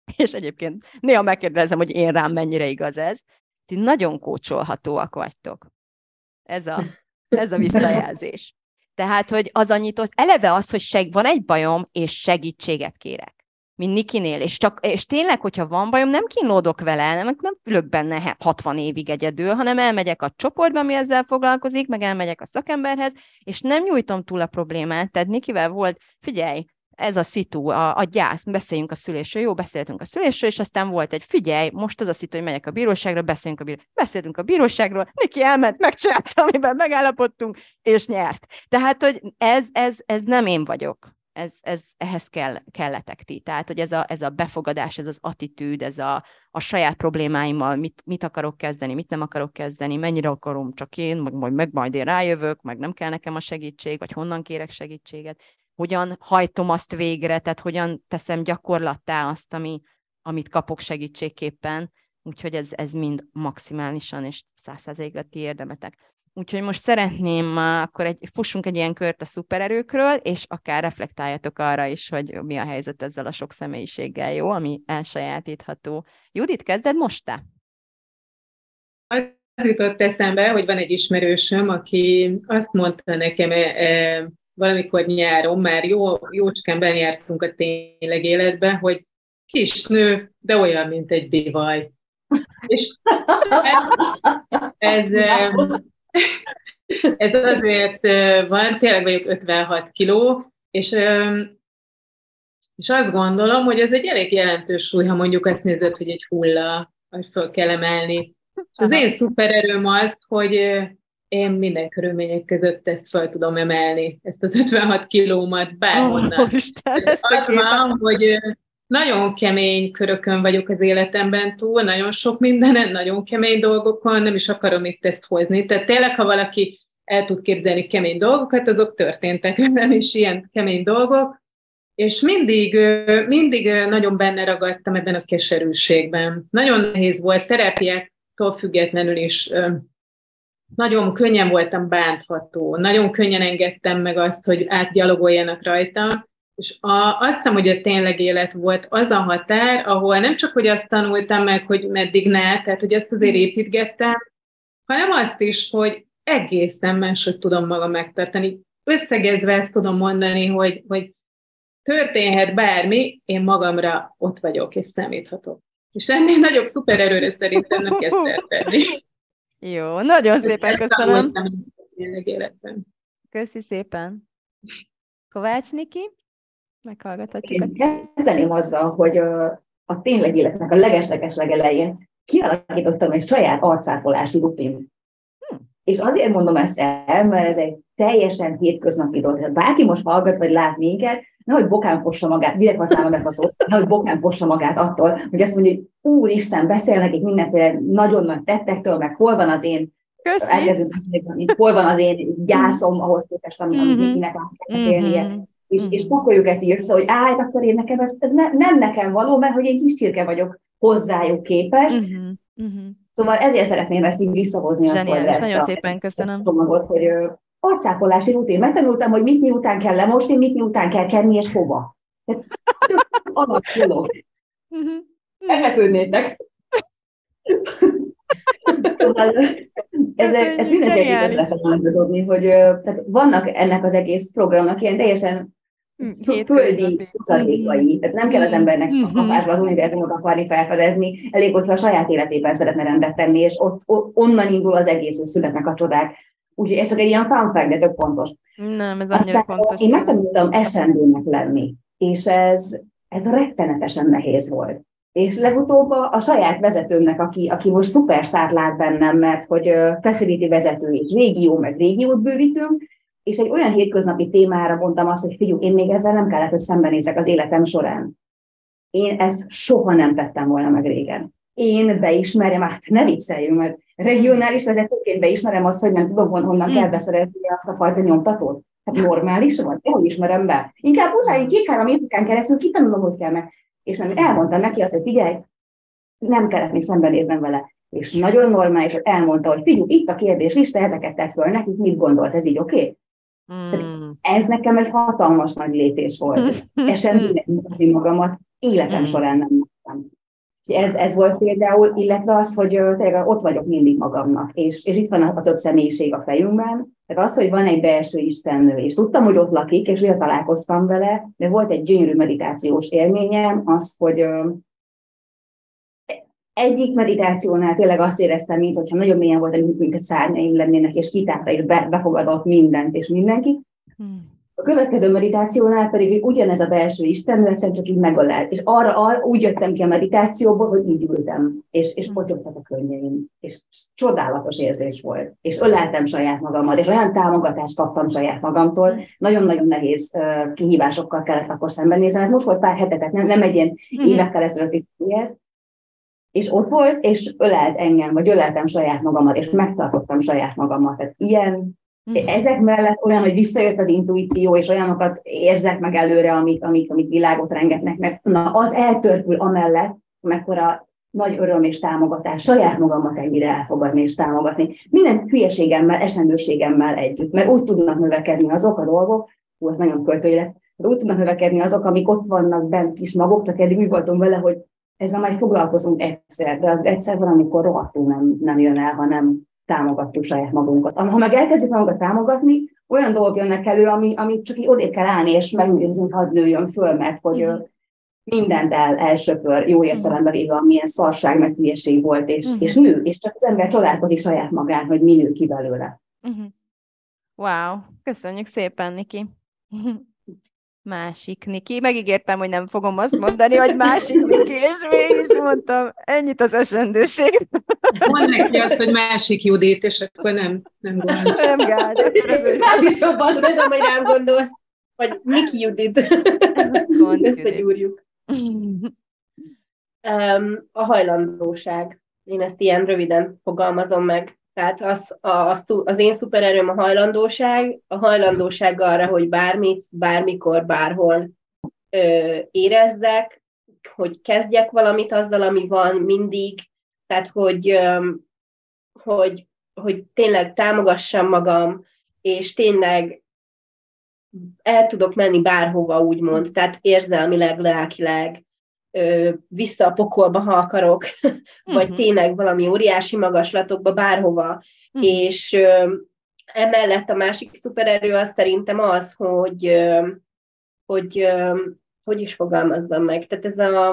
és egyébként néha megkérdezem, hogy én rám mennyire igaz ez, ti nagyon kócsolhatóak vagytok. Ez a, ez a visszajelzés. Tehát, hogy az annyit, hogy eleve az, hogy seg, van egy bajom, és segítséget kérek. Mint Nikinél. És, csak, és tényleg, hogyha van bajom, nem kínlódok vele, nem, nem ülök benne hatvan évig egyedül, hanem elmegyek a csoportba, ami ezzel foglalkozik, meg elmegyek a szakemberhez, és nem nyújtom túl a problémát. Tehát Nikivel volt, figyelj, ez a szitu, a, a gyász, beszéljünk a szülésről, jó, beszéltünk a szülésről, és aztán volt egy, figyelj, most az a szitu, hogy megyek a bíróságra, beszéljünk a bíróságról. Beszéltünk a bíróságról, Niki elment, megcsinálta, amiben megállapodtunk, és nyert. Tehát, hogy ez, ez, ez nem én vagyok. Ez, ez, ehhez kell, kelletek ti. Tehát, hogy ez a, ez a befogadás, ez az attitűd, ez a, a saját problémáimmal, mit, mit akarok kezdeni, mit nem akarok kezdeni, mennyire akarom csak én, meg majd, meg majd én rájövök, meg nem kell nekem a segítség, vagy honnan kérek segítséget, hogyan hajtom azt végre, tehát hogyan teszem gyakorlattá azt, ami, amit kapok segítségképpen. Úgyhogy ez, ez mind maximálisan és száz százalékra ti érdemetek. Úgyhogy most szeretném, akkor egy, fussunk egy ilyen kört a szupererőkről, és akár reflektáljatok arra is, hogy mi a helyzet ezzel a sok személyiséggel, jó, ami elsajátítható. Judit, kezded most te? Az jutott eszembe, hogy van egy ismerősöm, aki azt mondta nekem e, e, valamikor nyáron, már jó, jócskán benjártunk a tényleg életbe, hogy kis nő, de olyan, mint egy bivaj. És ez... ez Ez azért van, tényleg vagyok ötvenhat kiló, és, és azt gondolom, hogy ez egy elég jelentős súly, ha mondjuk azt nézed, hogy egy hulla, hogy föl kell emelni. És az én szupererőm az, hogy én minden körülmények között ezt föl tudom emelni, ezt az ötvenhat kilómat bárhonnan. Oh, Isten, ezt a az van, hogy nagyon kemény körökön vagyok az életemben túl, nagyon sok mindenen, nagyon kemény dolgokon, nem is akarom itt ezt hozni. Tehát tényleg, ha valaki el tud képzelni kemény dolgokat, azok történtek velem is ilyen kemény dolgok, és mindig, mindig nagyon benne ragadtam ebben a keserűségben. Nagyon nehéz volt, terápiáktól függetlenül is nagyon könnyen voltam bántható, nagyon könnyen engedtem meg azt, hogy átgyalogoljanak rajtam, és a, azt hiszem, hogy a tényleg élet volt az a határ, ahol nem csak, hogy azt tanultam meg, hogy meddig ne, tehát, hogy azt azért építgettem, hanem azt is, hogy egészen máshogy tudom magam megtartani. Összegezve ezt tudom mondani, hogy, hogy történhet bármi, én magamra ott vagyok, és számíthatok. És ennél nagyobb szupererőre szerintem nem kell szertenni. Jó, nagyon szépen köszönöm. Köszi szépen. Kovács Niki? Meghallgathatjuk. Én kezdeném azzal, hogy a tényleg életnek a legesleges legelején kialakítottam egy saját arcápolási rutin. Hm. És azért mondom ezt el, mert ez egy teljesen hétköznapi dolog. Bárki most hallgat, vagy lát minket, nehogy bokán fossa magát, direkt használom ezt a szót, nehogy bokán fossa magát attól, hogy azt mondja, hogy úristen, beszél nekik mindenféle nagyon nagy tettektől, meg hol van az én elkezdődő, hol van az én gyászom ahhoz képest, amit mm-hmm. Nikinek át kell élnie. Mm-hmm. És, és pakoljuk ezt így össze, hogy áj, akkor én nekem ez ne, nem nekem való, mert hogy én kis csirke vagyok hozzájuk képest. Mm-hmm. Mm-hmm. Szóval ezért szeretném ezt így visszahozni. Zseniális, nagyon szépen köszönöm. Csomagot, hogy ö, arcápolási rutin. Megtanultam, hogy mit miután kell lemosni, mit miután kell kenni, és hova. Tök alapuló. Meglepődnétek. Szóval ez, ez mindenki lehet dobni, hogy tehát vannak ennek az egész programnak ilyen teljesen földi hozadékai. Tehát nem kell az embernek a kapásba az univerzumot akarni felfedezni, elég, hogyha a saját életében szeretne rendet tenni, és ott, ott onnan indul az egész, hogy születnek a csodák. Úgyhogy ez csak egy ilyen fun fact, de tök pontos. Nem, ez annyira fontos. Én megtanultam esendőnek lenni, és ez, ez rettenetesen nehéz volt. És legutóbb a, a saját vezetőmnek, aki, aki most szupersztárt lát bennem, mert hogy uh, facility vezető és régió, meg régiót bővítünk, és egy olyan hétköznapi témára mondtam azt, hogy figyelj, én még ezzel nem kellett, hogy szembenézek az életem során. Én ezt soha nem tettem volna meg régen. Én beismerem, hát ne vicceljünk, mert regionális vezetőként beismerem azt, hogy nem tudom, honnan mm. kell beszerezni azt a fajta nyomtatót. Hát normális van, én hogy ismerem be. Inkább utána két-három éveken keresztül kitanulom, hogy kell meg. És nem elmondtam neki azt, hogy figyelj, nem kellett még szembenéznem vele. És nagyon normális, hogy elmondta, hogy figyelj, itt a kérdés lista, ezeket tett föl nekik, mit gondolsz, ez így oké? Okay? Mm. Ez nekem egy hatalmas nagy lépés volt. Esen mutatni magamat életem mm. során nem láttam. Ez, ez volt például, illetve az, hogy tényleg ott vagyok mindig magamnak, és, és itt van a, a több személyiség a fejünkben, tehát az, hogy van egy belső istennő, és tudtam, hogy ott lakik, és újra találkoztam vele, de volt egy gyönyörű meditációs élményem, az, hogy egyik meditációnál tényleg azt éreztem, mintha nagyon mélyen volt, mint a szárnyaim lennének, és kitárta, és be, befogadott mindent és mindenki. Hmm. A következő meditációnál pedig ugyanez a belső istennő, egyszerűen csak így megölelt. És arra, arra úgy jöttem ki a meditációból, hogy így ültem, és, és potyogtak a könnyeim. És csodálatos érzés volt. És öleltem saját magammal, és olyan támogatást kaptam saját magamtól. Nagyon-nagyon nehéz uh, kihívásokkal kellett akkor szembenézni. Ez most volt pár hete, tehát nem, nem egy ilyen évekkel ezelőtti ez. És ott volt, és ölelt engem, vagy öleltem saját magamat, és megtartottam saját magamat. Tehát ilyen, ezek mellett olyan, hogy visszajött az intuíció, és olyanokat érzek meg előre, amik, amik, amik világot rengetnek meg. Na, az eltörpül amellett, mekkora nagy öröm és támogatás, saját magamat ennyire elfogadni és támogatni. Minden hülyeségemmel, esendőségemmel együtt, mert úgy tudnak növekedni azok a dolgok, hú, az nagyon költői lett, úgy tudnak növekedni azok, amik ott vannak bent is maguk, csak eddig úgy voltunk vele, hogy ezzel majd foglalkozunk egyszer, de az egyszer valamikor rohadtul nem, nem jön el, ha nem támogatjuk saját magunkat. Ha meg elkezdjük magunkat támogatni, olyan dolgok jönnek elő, ami, ami csak így odébb kell állni, és megnézni, hadd nőjön föl, mert hogy mm. mindent el, elsöpör, jó értelemben véve, amilyen szarság, meg hülyeség volt, és, mm. és nő, és csak az ember csodálkozik saját magán, hogy mi nő ki belőle. Mm-hmm. Wow, köszönjük szépen, Niki. Másik Niki. Megígértem, hogy nem fogom azt mondani, hogy másik Niki, és mégis mondtam, ennyit az esendőség. Mondd neki azt, hogy másik Judit, és akkor nem, nem gond. Nem gáld. Az is jobban tudom, hogy rám gondolsz. Vagy Niki Judit. Összegyúrjuk. Um, a hajlandóság. Én ezt ilyen röviden fogalmazom meg. Tehát az, a, az én szupererőm a hajlandóság, a hajlandóság arra, hogy bármit, bármikor, bárhol ö, érezzek, hogy kezdjek valamit azzal, ami van mindig, tehát hogy, ö, hogy, hogy tényleg támogassam magam, és tényleg el tudok menni bárhova, úgymond, tehát érzelmileg, lelkileg, ö, vissza a pokolba, ha akarok, vagy uh-huh. tényleg valami óriási magaslatokba, bárhova. Uh-huh. És ö, emellett a másik szupererő az szerintem az, hogy, ö, hogy ö, hogy is fogalmazzam meg. Tehát ez a,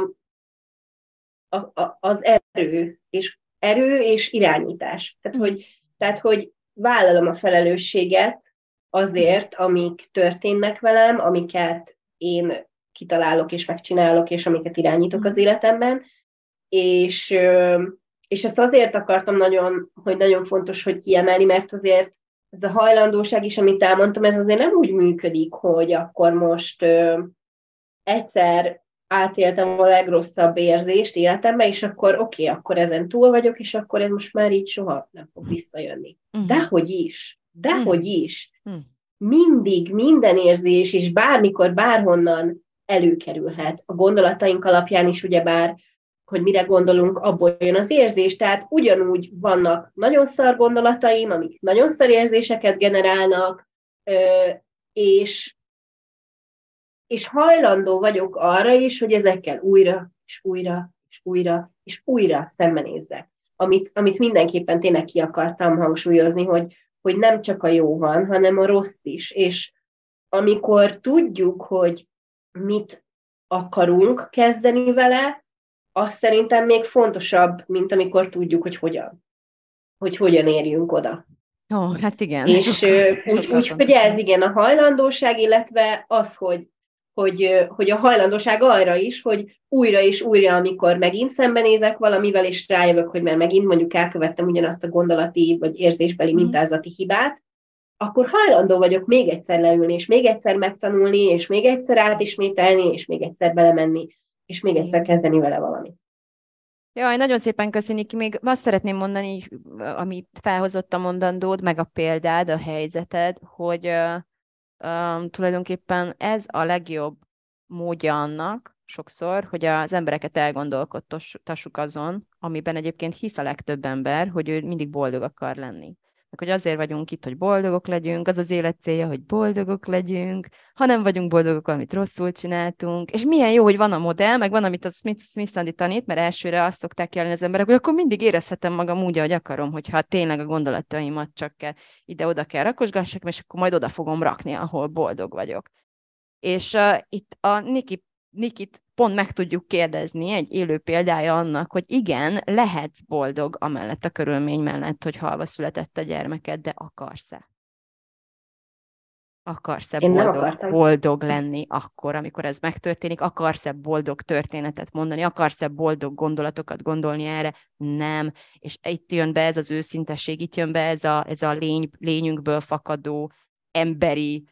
a, a, az erő, és erő és irányítás. Tehát, uh-huh. hogy, tehát, hogy vállalom a felelősséget azért, amik történnek velem, amiket én kitalálok és megcsinálok, és amiket irányítok az életemben, és, és ezt azért akartam nagyon, hogy nagyon fontos, hogy kiemelni, mert azért ez a hajlandóság is, amit elmondtam, ez azért nem úgy működik, hogy akkor most ö, egyszer átéltem a legrosszabb érzést életemben, és akkor oké, okay, akkor ezen túl vagyok, és akkor ez most már így soha nem fog visszajönni. Uh-huh. Dehogy is, dehogy uh-huh. is. Uh-huh. Mindig, minden érzés, és bármikor, bárhonnan előkerülhet. A gondolataink alapján is ugyebár, hogy mire gondolunk, abból jön az érzés. Tehát ugyanúgy vannak nagyon szar gondolataim, amik nagyon szar érzéseket generálnak, és, és hajlandó vagyok arra is, hogy ezekkel újra, és újra, és újra, és újra szembenézzek. Amit, amit mindenképpen tényleg ki akartam hangsúlyozni, hogy, hogy nem csak a jó van, hanem a rossz is. És amikor tudjuk, hogy mit akarunk kezdeni vele, az szerintem még fontosabb, mint amikor tudjuk, hogy hogyan. Hogy hogyan érjünk oda. Ó, hát igen. És úgy, úgy hogy ez igen a hajlandóság, illetve az, hogy, hogy, hogy a hajlandóság arra is, hogy újra és újra, amikor megint szembenézek valamivel, és rájövök, hogy már megint mondjuk elkövettem ugyanazt a gondolati vagy érzésbeli mintázati hibát, akkor hajlandó vagyok még egyszer leülni, és még egyszer megtanulni, és még egyszer átismételni, és még egyszer belemenni, és még egyszer kezdeni vele valamit. Jaj, nagyon szépen köszönjük. Még azt szeretném mondani, amit felhozott a mondandód, meg a példád, a helyzeted, hogy uh, uh, tulajdonképpen ez a legjobb módja annak, sokszor, hogy az embereket elgondolkodtassuk azon, amiben egyébként hisz a legtöbb ember, hogy ő mindig boldog akar lenni. hogy azért vagyunk itt, hogy boldogok legyünk, az az élet célja, hogy boldogok legyünk, ha nem vagyunk boldogok, amit rosszul csináltunk, és milyen jó, hogy van a modell, meg van, amit a Smith, Smith Andy tanít, mert elsőre azt szokták jelni az emberek, hogy akkor mindig érezhetem magam úgy, ahogy akarom, hogyha tényleg a gondolataimat csak kell, ide-oda kell rakosgassak, és akkor majd oda fogom rakni, ahol boldog vagyok. És uh, itt a Niki, Nikit pont meg tudjuk kérdezni, egy élő példája annak, hogy igen, lehetsz boldog amellett a körülmény mellett, hogy halva született a gyermeked, de akarsz-e? Akarsz-e boldog, boldog lenni akkor, amikor ez megtörténik? Akarsz-e boldog történetet mondani? Akarsz-e boldog gondolatokat gondolni erre? Nem. És itt jön be ez az őszintesség, itt jön be ez a, ez a lény, lényünkből fakadó emberi,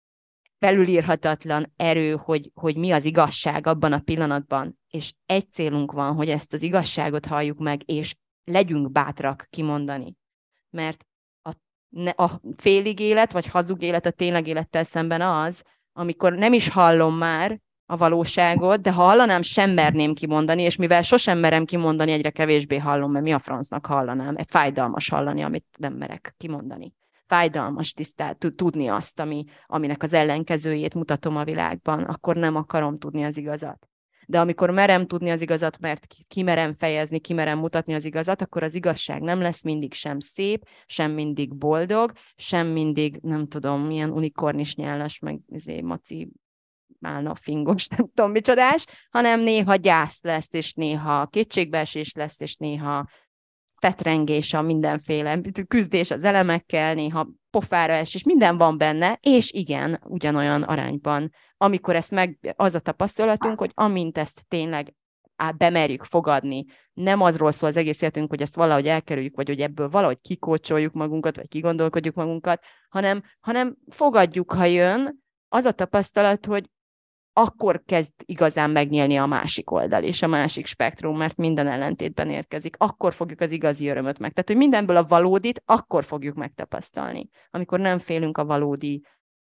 felülírhatatlan erő, hogy, hogy mi az igazság abban a pillanatban, és egy célunk van, hogy ezt az igazságot halljuk meg, és legyünk bátrak kimondani. Mert a, ne, a félig élet, vagy hazug élet a tényleg élettel szemben az, amikor nem is hallom már a valóságot, de ha hallanám, sem merném kimondani, és mivel sosem merem kimondani, egyre kevésbé hallom, mert mi a francnak hallanám. Fájdalmas hallani, amit nem merek kimondani. Fájdalmas tisztát, tudni azt, ami, aminek az ellenkezőjét mutatom a világban, akkor nem akarom tudni az igazat. De amikor merem tudni az igazat, mert kimerem fejezni, kimerem mutatni az igazat, akkor az igazság nem lesz mindig sem szép, sem mindig boldog, sem mindig, nem tudom, milyen unikornis nyálas, meg izé, maci, málna, fingos, nem tudom micsodás, hanem néha gyász lesz, és néha kétségbeesés lesz, és néha fetrengés a mindenféle küzdés az elemekkel, néha pofára es, és minden van benne, és igen, ugyanolyan arányban. Amikor ezt meg, az a tapasztalatunk, hogy amint ezt tényleg bemerjük fogadni, nem azról szól az egész életünk, hogy ezt valahogy elkerüljük, vagy hogy ebből valahogy kikócsoljuk magunkat, vagy kigondolkodjuk magunkat, hanem, hanem fogadjuk, ha jön, az a tapasztalat, hogy akkor kezd igazán megnyílni a másik oldal és a másik spektrum, mert minden ellentétben érkezik. Akkor fogjuk az igazi örömöt meg. Tehát, hogy mindenből a valódit akkor fogjuk megtapasztalni, amikor nem félünk a valódi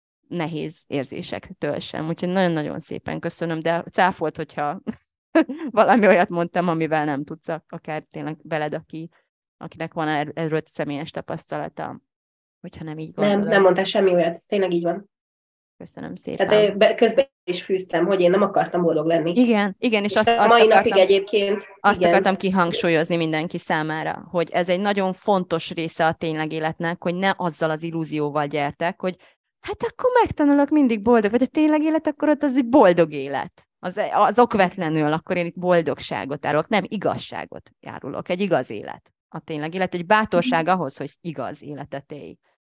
nehéz érzésektől sem. Úgyhogy nagyon-nagyon szépen köszönöm, de cáfolt, hogyha valami olyat mondtam, amivel nem tudsz, akár tényleg veled, aki, akinek van erről személyes tapasztalata, hogyha nem így gondolod. Nem, nem mondtál semmi olyat, ez tényleg így van. Köszönöm szépen. Tehát közben is fűztem, hogy én nem akartam boldog lenni. Igen, igen, és, és azt, azt, mai akartam, napig egyébként, azt igen. akartam kihangsúlyozni mindenki számára, hogy ez egy nagyon fontos része a tényleg életnek, hogy ne azzal az illúzióval gyertek, hogy hát akkor megtanulok mindig boldog, vagy a tényleg élet, akkor ott az egy boldog élet. Az, az okvetlenül, akkor én itt boldogságot árulok, nem igazságot árulok, egy igaz élet. A tényleg élet, egy bátorság ahhoz, hogy igaz életet élj.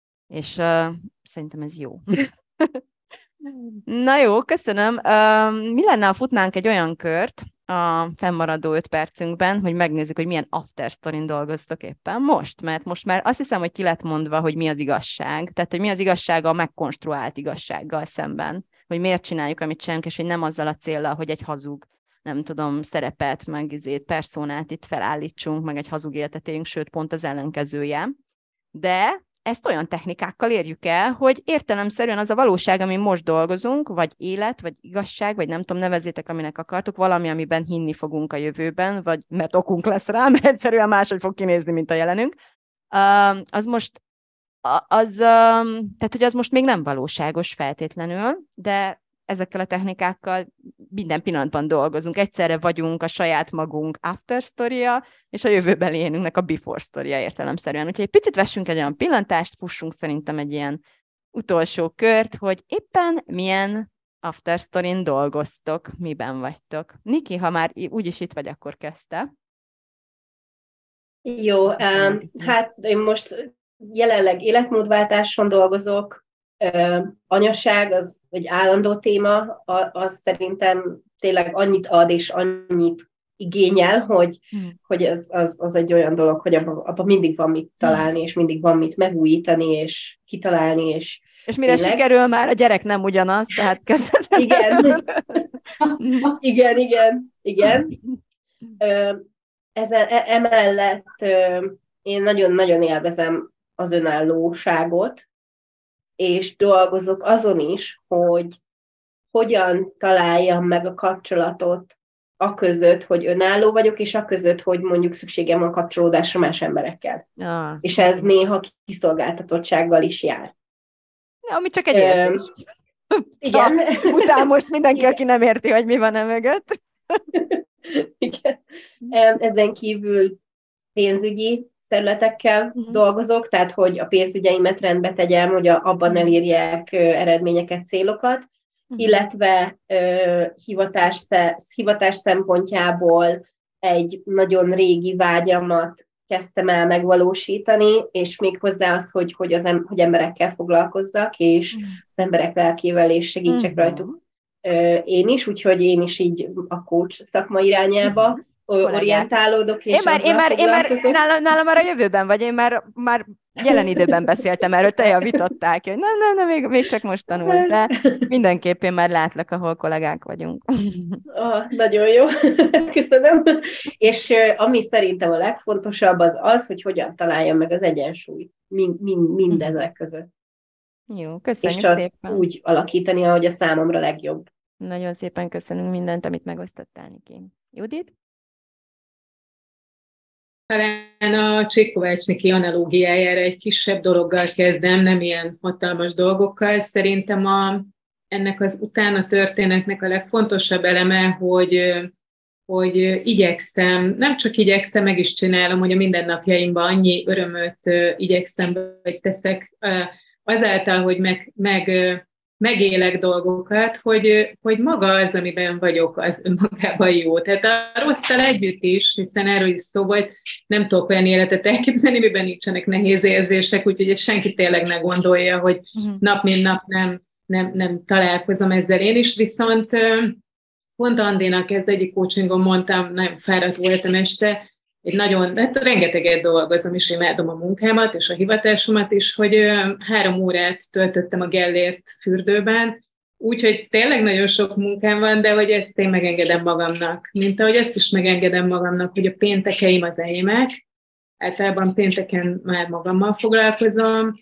És uh, szerintem ez jó. Na jó, köszönöm. Uh, mi lenne, ha futnánk egy olyan kört a fennmaradó öt percünkben, hogy megnézzük, hogy milyen after story-n dolgoztok éppen most, mert most már azt hiszem, hogy ki lett mondva, hogy mi az igazság. Tehát, hogy mi az igazság a megkonstruált igazsággal szemben. Hogy miért csináljuk, amit csinálunk, és hogy nem azzal a céllal, hogy egy hazug, nem tudom, szerepet, meg izét, personát itt felállítsunk, meg egy hazug életet éljünk, sőt, pont az ellenkezője. De ezt olyan technikákkal érjük el, hogy értelemszerűen az a valóság, amin most dolgozunk, vagy élet, vagy igazság, vagy nem tudom, nevezzétek, aminek akartuk, valami, amiben hinni fogunk a jövőben, vagy mert okunk lesz rá, mert egyszerűen máshogy fog kinézni, mint a jelenünk, uh, az most, az, uh, tehát, hogy az most még nem valóságos feltétlenül, de ezekkel a technikákkal minden pillanatban dolgozunk. Egyszerre vagyunk a saját magunk after sztoria, és a jövőbeli énünknek a before sztoria értelemszerűen. Úgyhogy egy picit vessünk egy olyan pillantást, fussunk szerintem egy ilyen utolsó kört, hogy éppen milyen after sztorin dolgoztok, miben vagytok. Niki, ha már úgyis itt vagy, akkor kezdte. Jó, um, hát én most jelenleg életmódváltáson dolgozok, Uh, anyaság az egy állandó téma, az szerintem tényleg annyit ad és annyit igényel, hogy, hmm. hogy az, az, az egy olyan dolog, hogy abban abba mindig van mit találni, és mindig van mit megújítani, és kitalálni, és És mire tényleg... sikerül, már a gyerek nem ugyanaz, tehát kezdetlen. Igen, igen, igen, igen. Uh, ezen, e- emellett uh, én nagyon-nagyon élvezem az önállóságot, és dolgozok azon is, hogy hogyan találjam meg a kapcsolatot aközött, hogy önálló vagyok, és aközött, hogy mondjuk szükségem van kapcsolódásra más emberekkel. Ja. És ez néha kiszolgáltatottsággal is jár. Ami csak egy érzés. Igen. Utána most mindenki, aki nem érti, hogy mi van e mögött. Igen. Ezen kívül pénzügyi területekkel uh-huh. dolgozok, tehát hogy a pénzügyeimet rendbe tegyem, hogy a, abban elérjek eredményeket, célokat, uh-huh. illetve uh, hivatás, hivatás szempontjából egy nagyon régi vágyamat kezdtem el megvalósítani, és még hozzá az, hogy, hogy, az em- hogy emberekkel foglalkozzak, és uh-huh. az emberek lelkével, és segítsek uh-huh. rajtuk uh, én is, úgyhogy én is így a coach szakma irányába uh-huh. orientálódok, és én már, én már, én már nálam, nálam már a jövőben vagy, én már, már jelen időben beszéltem erről, te javították, hogy nem, nem, nem, még, még csak most tanulsz, de mindenképp én már látlak, ahol kollégák vagyunk. Ah, nagyon jó, köszönöm. És ami szerintem a legfontosabb az az, hogy hogyan találjam meg az egyensúlyt mind, mind, mindezek között. Jó, köszönjük és azt szépen. úgy alakítani, ahogy a számomra legjobb. Nagyon szépen köszönünk mindent, amit megosztottál, Niki. Judit? Talán a Csík-Kovács-Niki analógiájára egy kisebb dologgal kezdem, nem ilyen hatalmas dolgokkal. Szerintem a, ennek az utána történetnek a legfontosabb eleme, hogy, hogy igyekszem, nem csak igyekszem, meg is csinálom, hogy a mindennapjaimban annyi örömöt igyekszem, vagy teszek azáltal, hogy meg, meg, megélek dolgokat, hogy, hogy maga az, amiben vagyok, az önmagában jó. Tehát a rosszal együtt is, hiszen erről is szó volt, nem tudok olyan életet elképzelni, miben nincsenek nehéz érzések, úgyhogy senki tényleg ne gondolja, hogy uh-huh. nap mint nap nem, nem, nem találkozom ezzel én is, viszont pont Andinak ez egyik coachingom mondtam, nagyon fáradt voltam este, egy nagyon, hát rengeteget dolgozom, és imádom a munkámat, és a hivatásomat is, hogy három órát töltöttem a Gellért fürdőben, úgyhogy tényleg nagyon sok munkám van, de hogy ezt én megengedem magamnak. Mint ahogy ezt is megengedem magamnak, hogy a péntekeim az enyémek, általában pénteken már magammal foglalkozom,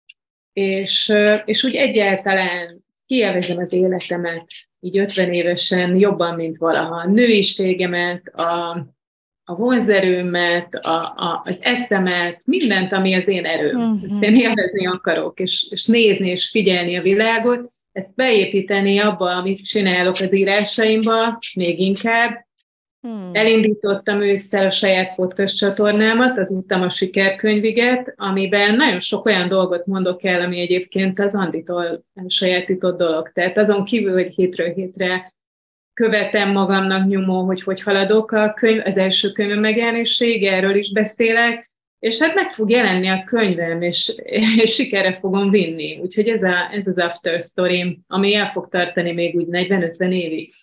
és, és úgy egyáltalán kielvezem az életemet, így ötven évesen jobban, mint valaha. A nőiségemet, a a vonzerőmet, a, a, az eszemet, mindent, ami az én erőm. Uh-huh. Ezt én élvezni akarok, és, és nézni, és figyelni a világot, ezt beépíteni abba, amit csinálok az írásaimba, még inkább. Hmm. Elindítottam ősszel a saját podcast csatornámat, az Utam a sikerkönyviget, amiben nagyon sok olyan dolgot mondok el, ami egyébként az Anditól sajátított dolog. Tehát azon kívül, hogy hétről hétre követem magamnak nyomó, hogy hogy haladok a könyv, az első könyvem megjelenéséig, erről is beszélek, és hát meg fog jelenni a könyvem, és, és sikerre fogom vinni. Úgyhogy ez, a, ez az after story, ami el fog tartani még úgy negyven-ötven évig.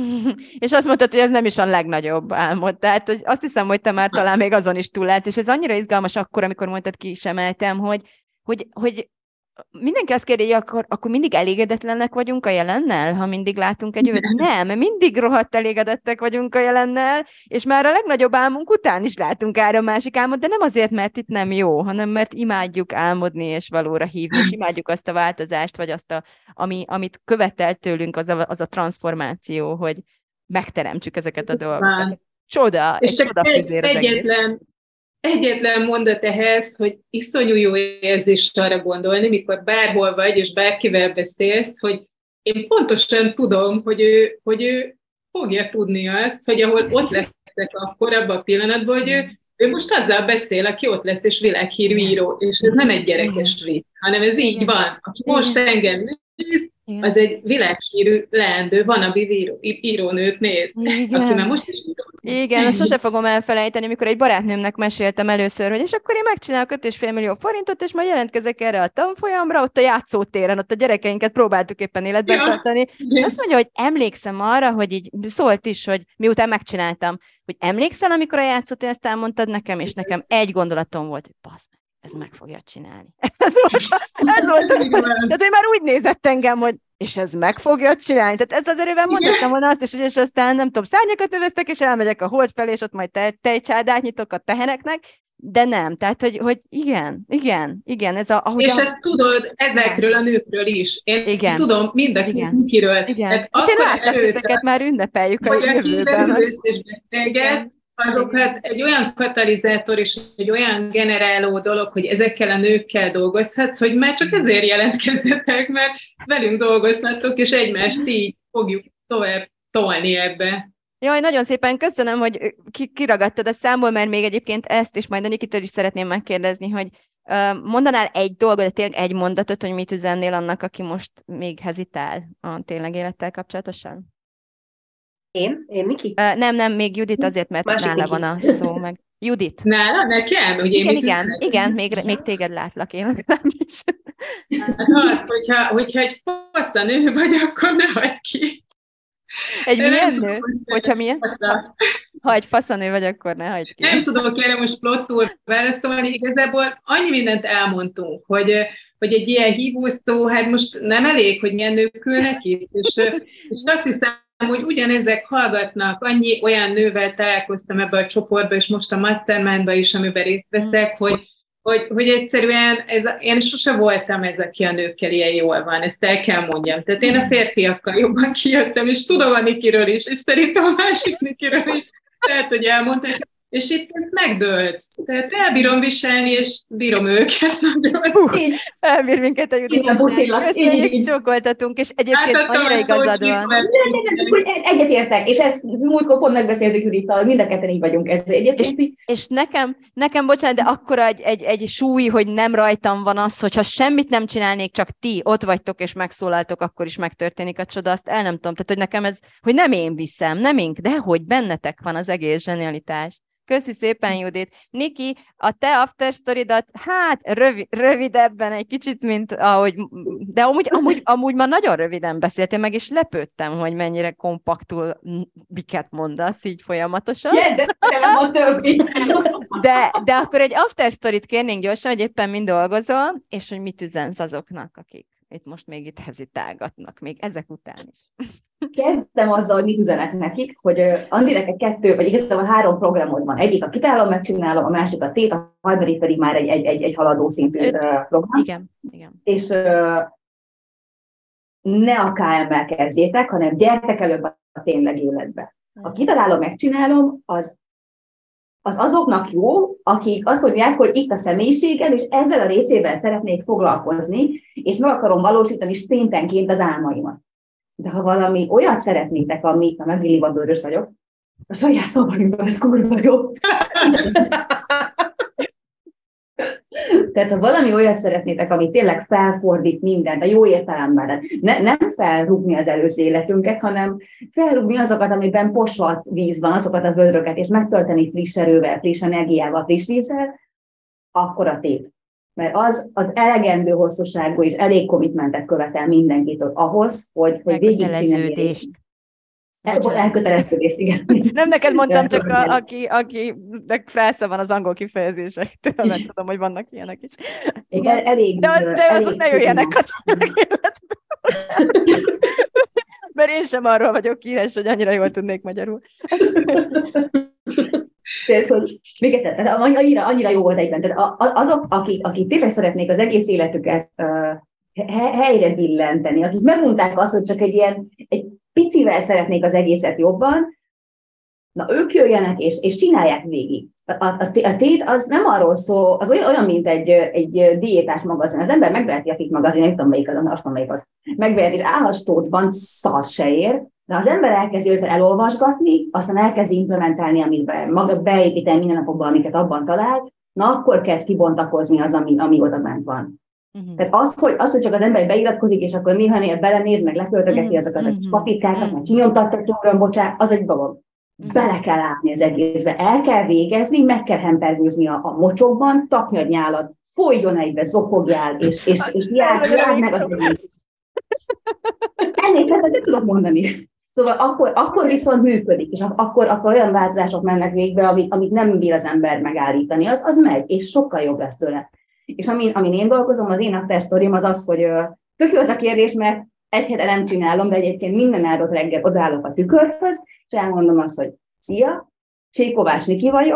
És azt mondtad, hogy ez nem is a legnagyobb álmod. Tehát hogy azt hiszem, hogy te már talán még azon is túllátsz, és ez annyira izgalmas akkor, amikor mondtad, ki is emeltem, hogy, hogy, hogy mindenki azt kérdezi, hogy akkor, akkor mindig elégedetlenek vagyunk a jelennel, ha mindig látunk egy jövőt. Nem, mindig rohadt elégedettek vagyunk a jelennel, és már a legnagyobb álmunk után is látunk ára a másik álmot, de nem azért, mert itt nem jó, hanem mert imádjuk álmodni és valóra hívni, és imádjuk azt a változást, vagy azt, a, ami, amit követel tőlünk az a, az a transformáció, hogy megteremtsük ezeket a dolgokat. Csoda, és egy csak csoda egy, egyetlen, egyetlen mondat ehhez, hogy iszonyú jó érzés arra gondolni, mikor bárhol vagy, és bárkivel beszélsz, hogy én pontosan tudom, hogy ő, hogy ő fogja tudni azt, hogy ahol ott leszek akkor abban a pillanatban, hogy ő, ő most azzal beszél, aki ott lesz, és világhírű író, és ez nem egy gyerekes vicc, hanem ez így van. Aki most engem néz, az egy világhírű leendő, van, ami író, írónőt néz, igen. aki már most is író. Igen, azt sose fogom elfelejteni, amikor egy barátnőmnek meséltem először, hogy és akkor én megcsinálok öt és fél millió forintot, és majd jelentkezek erre a tanfolyamra, ott a játszótéren, ott a gyerekeinket próbáltuk éppen életben ja. tartani, és azt mondja, hogy emlékszem arra, hogy így szólt is, hogy miután megcsináltam, hogy emlékszel, amikor a játszótéren ezt elmondtad nekem, és nekem egy gondolatom volt, hogy basz meg, ez meg fogja csinálni. Ez volt, ez volt tehát, hogy már úgy nézett engem, hogy és ez meg fogja csinálni. Tehát ez az erővel mondhattam volna azt is, hogy és aztán nem tudom, szárnyakat öveztek, és elmegyek a hold felé, és ott majd tej, tejcsádát nyitok a teheneknek, de nem. Tehát, hogy, hogy igen, igen, igen. Ez a, ahogy és a... ezt tudod ezekről a nőkről is. Én igen. tudom mind a két Nikiről. Igen. Hát én látlak titeket, már ünnepeljük a jövőben. Hogy aki és beszélget, azokat egy olyan katalizátor és egy olyan generáló dolog, hogy ezekkel a nőkkel dolgozhatsz, hogy már csak ezért jelentkezzetek, mert velünk dolgozhatok, és egymást így fogjuk tovább tolni ebbe. Jaj, nagyon szépen köszönöm, hogy kiragadtad a számból, mert még egyébként ezt is majd a Nikitől is szeretném megkérdezni, hogy uh, mondanál egy dolgot, de tényleg egy mondatot, hogy mit üzennél annak, aki most még hezitál a tényleg élettel kapcsolatosan? Én? Én, Niki? Uh, nem, nem, még Judit azért, mert Másik nála Niki. Van a szó meg. Judit. Nála? Nekem? Hogy igen, én igen, igen, még, még téged látlak én legalábbis. Hát azt, hogyha, hogyha egy faszta nő vagy, akkor ne hagyd ki. Egy de milyen nő? Hogyha milyen? Ha, ha egy faszanő vagy, akkor ne hagyd ki. Nem tudok erre most flottul választani, igazából annyi mindent elmondtunk, hogy, hogy egy ilyen hívószó, hát most nem elég, hogy milyen nők ülnek itt, és, és azt hiszem, hogy ugyanezek hallgatnak, annyi olyan nővel találkoztam ebbe a csoportba, és most a Mastermindba is, amiben részt veszek, mm. hogy Hogy, hogy egyszerűen ez a, én sose voltam ez, aki a nőkkel ilyen jól van, ezt el kell mondjam. Tehát én a férfiakkal jobban kijöttem, és tudom a Nikiről is, és szerintem a másik Nikiről is lehet, hogy elmondták. És itt megdőlt. Tehát elbírom viselni, és bírom őket. Uh, elbír minket a Judit. Köszönjük, csókoltatunk, és egyébként hát, annyira igazad van. Egyetértek, és ezt múltkor pont megbeszéltük Judittal, mind a ketten így vagyunk ezzel egyébként. És, és nekem, nekem, bocsánat, de akkora egy, egy, egy súly, hogy nem rajtam van az, hogyha semmit nem csinálnék, csak ti ott vagytok és megszólaltok, akkor is megtörténik a csoda, azt el nem tudom. Tehát, hogy nekem ez, hogy nem én viszem, nem én, de hogy bennetek van az egész zsenialitás. Köszi szépen, Judit. Niki, a te after storydat, hát rövid, rövidebben egy kicsit, mint ahogy, de amúgy, amúgy, amúgy már nagyon röviden beszéltél, meg is lepődtem, hogy mennyire kompaktul miket mondasz így folyamatosan. De, de akkor egy after storyt kérnénk gyorsan, hogy éppen mind dolgozol, és hogy mit üzensz azoknak, akik itt most még itt hezitálgatnak, még ezek után is. Kezdtem azzal, hogy mit üzenek nekik, hogy uh, Andi, neked kettő, vagy igazából három programod van. Egyik a kitálom, megcsinálom, a másik a tét, a harmadik pedig már egy, egy, egy, egy haladó szintű uh, program. Igen, igen. És uh, ne a ká em-mel kezdjétek, hanem gyertek előbb a tényleg életbe. A kitalálom, megcsinálom, az, az azoknak jó, akik azt mondják, hogy itt a személyiségem, és ezzel a részével szeretnék foglalkozni, és meg akarom valósítani sprintenként az álmaimat. De ha valami olyat szeretnétek, amit, ha megillivadőrös vagyok, a saját szobarimban ez kurva jó. Tehát ha valami olyat szeretnétek, ami tényleg felfordít mindent, a jó értelemben, ne, nem felrúgni az előző életünket, hanem felrúgni azokat, amiben posvat víz van, azokat a vödröket, és megtölteni friss erővel, friss energiával, friss vízzel, akkor a tét. Mert az az elegendő hosszúságú és elég commitmentet követel mindenkitől ahhoz, hogy, hogy végigcsinálni. El, elköteleződést, igen. Nem neked mondtam, csak a, aki, akinek felsze van az angol kifejezésektől, mert tudom, hogy vannak ilyenek is. Igen, elég. De, de elég azok ne jöjjenek a tényleg életbe. Mert én sem arról vagyok híres, hogy annyira jól tudnék magyarul. Tehát, hogy még egyszer, tehát annyira, annyira jó volt egyben. Tehát azok, akik, akik tényleg szeretnék az egész életüket uh, helyre billenteni, akik megunták azt, hogy csak egy ilyen egy picivel szeretnék az egészet jobban, na ők jöjjenek és, és csinálják végig. A, a, a tét az nem arról szól, az olyan, olyan mint egy, egy diétás magazin. Az ember megveheti a fit magazin, nem tudom melyik az, azt tudom melyik az. Megveheti, és állhastócban szar se ér, de az ember elkezdi őt elolvasgatni, aztán elkezdi implementálni, amiben maga beépíteni minden napokban, amiket abban talál, na akkor kezd kibontakozni az, ami, ami oda bent van. Uh-huh. Tehát az hogy, az, hogy csak az ember beiratkozik, és akkor néha néha belenéz, meg leköltögeti uh-huh. azokat a kis papírkákat, uh-huh. meg kinyomtatja csomóra, bocsánat, az egy dolog. Uh-huh. Bele kell állni az egészbe, el kell végezni, meg kell hempergőzni a, a mocsokban, takni a nyálat, folyjon egybe, zopogjál, és, és, és jár, jár meg az egész. Ennél nem tudok mondani. Szóval akkor, akkor viszont működik, és akkor, akkor olyan változások mennek végbe, amit, amit nem bír az ember megállítani, az, az megy, és sokkal jobb lesz tőle. És amin, amin én dolgozom, az én after sztorim az az, hogy uh, tök jó az a kérdés, mert egy hete nem csinálom, de egyébként minden áldott reggel odaállok a tükörhöz, és elmondom azt, hogy szia, Csékovás Niki vagyok,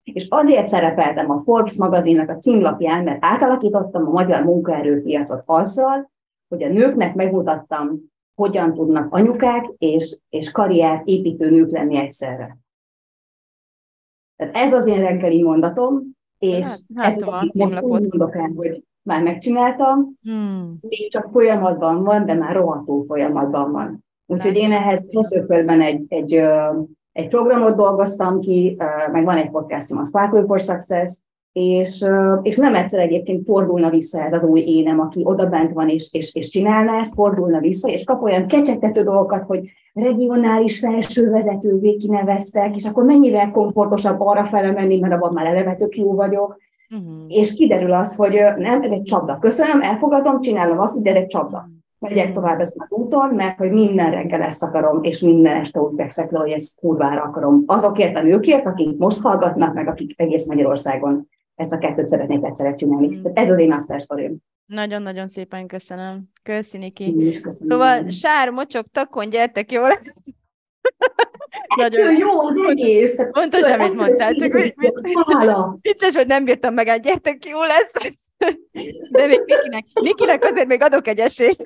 És azért szerepeltem a Forbes magazinnak a címlapján, mert átalakítottam a magyar munkaerőpiacot azzal, hogy a nőknek megmutattam, hogyan tudnak anyukák és, és karriert építő nők lenni egyszerre. Tehát ez az én reggeli mondatom, és hát, ez az, amit most úgy mondok el, hogy már megcsináltam, hmm. még csak folyamatban van, de már rohadtul folyamatban van. Úgyhogy én ehhez első körben egy, egy, egy programot dolgoztam ki, meg van egy podcastom, a Sparkle for Success, és, és nem egyszer egyébként fordulna vissza ez az új énem, aki odabent van és, és, és csinálná ezt, fordulna vissza, és kap olyan kecsegtető dolgokat, hogy regionális felsővezetővé kineveztek, és akkor mennyivel komfortosabb arra fele menni, mert abban már eleve tök jó vagyok. Uh-huh. És kiderül az, hogy nem, ez egy csapda. Köszönöm, elfogadom, csinálom azt, de ez egy csapda. Megyek tovább ezen az úton, mert hogy minden reggel ezt akarom, és minden este úgy fekszek le, hogy ezt kurvára akarom. Azokért a nőkért, akik most hallgatnak, meg akik egész Magyarországon ezt a kettőt szeretnék egyszerre csinálni. Mm. Ez az én master sztorim. Nagyon-nagyon szépen köszönöm. Köszi, Niki. Szóval sár, mocsok, takon, gyertek, jó lesz? Nagyon jó az egész. Pontos, amit mondtál, csak vicces, hogy nem bírtam meg, gyertek, jó lesz. De még Nikinek, Nikinek azért még adok egy esélyt.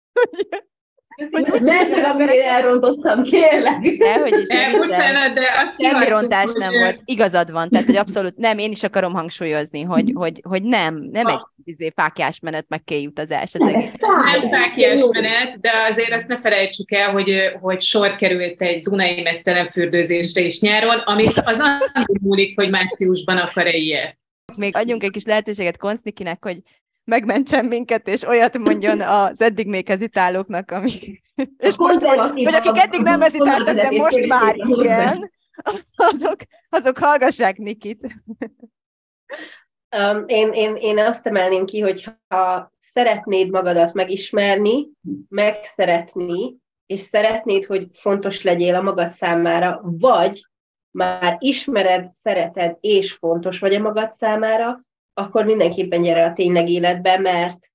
Mert amire elrontottam, kérlek. Dehogy is. Nem, bocsánat, de azt semmi rontás nem volt. Igazad van, tehát hogy abszolút nem, én is akarom hangsúlyozni, hogy, hogy, hogy nem, nem egy izé, fáklyás menet, meg kéjutazás. Nem, ez nem fáklyás menet, de azért azt ne felejtsük el, hogy, hogy sor került egy Dunai mesztelen fürdőzésre is nyáron, amit az annyit múlik, hogy márciusban akar-e ilyet. Még adjunk egy kis lehetőséget Konsznikinek, hogy megmentsen minket, és olyat mondjon az eddig még hezitálóknak, ami... és most, hogy, hogy akik eddig nem hezitáltak, de most már igen, azok, azok hallgassák Nikit. Um, én, én, én azt emelném ki, hogy ha szeretnéd magadat megismerni, megszeretni, és szeretnéd, hogy fontos legyél a magad számára, vagy már ismered, szereted, és fontos vagy a magad számára, akkor mindenképpen gyere a tényleg életbe, mert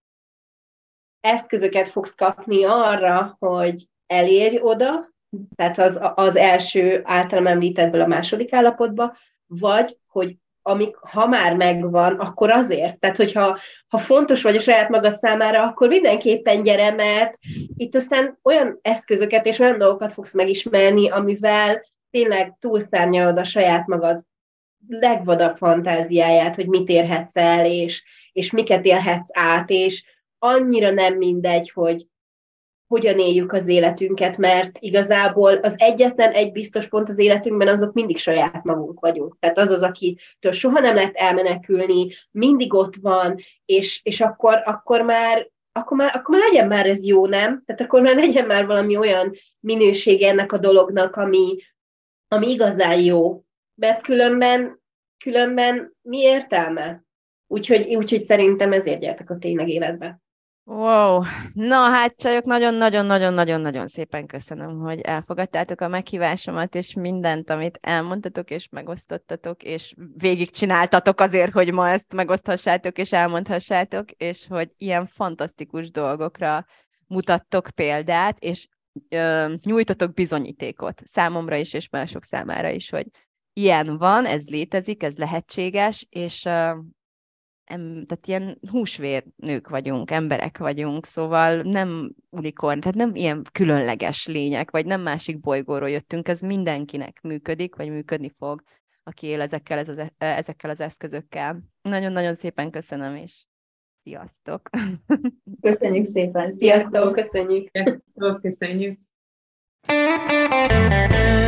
eszközöket fogsz kapni arra, hogy elérj oda, tehát az, az első általam említettből a második állapotba, vagy, hogy amik, ha már megvan, akkor azért. Tehát, hogyha ha fontos vagy a saját magad számára, akkor mindenképpen gyere, mert itt aztán olyan eszközöket és olyan dolgokat fogsz megismerni, amivel tényleg túlszárnyalod a saját magad legvadabb fantáziáját, hogy mit érhetsz el, és, és miket élhetsz át, és annyira nem mindegy, hogy hogyan éljük az életünket, mert igazából az egyetlen egy biztos pont az életünkben, azok mindig saját magunk vagyunk. Tehát az az, akitől soha nem lehet elmenekülni, mindig ott van, és, és akkor, akkor már Akkor már, akkor már legyen már ez jó, nem? Tehát akkor már legyen már valami olyan minősége ennek a dolognak, ami, ami igazán jó. Mert különben, különben mi értelme? Úgyhogy, úgyhogy szerintem ezért gyertek a tényleg életbe. Wow! Na hát csajok, nagyon-nagyon-nagyon-nagyon-nagyon szépen köszönöm, hogy elfogadtátok a meghívásomat, és mindent, amit elmondtatok, és megosztottatok, és végigcsináltatok azért, hogy ma ezt megoszthassátok, és elmondhassátok, és hogy ilyen fantasztikus dolgokra mutattok példát, és ö, nyújtotok bizonyítékot számomra is, és mások számára is, hogy ilyen van, ez létezik, ez lehetséges, és... Ö, Em, tehát ilyen húsvérnők vagyunk, emberek vagyunk, szóval nem unikorn, tehát nem ilyen különleges lények, vagy nem másik bolygóról jöttünk, ez mindenkinek működik, vagy működni fog, aki él ezekkel, ez az, ezekkel az eszközökkel. Nagyon-nagyon szépen köszönöm, és sziasztok! Köszönjük szépen! Sziasztok! Köszönjük! Sziasztok! Köszönjük!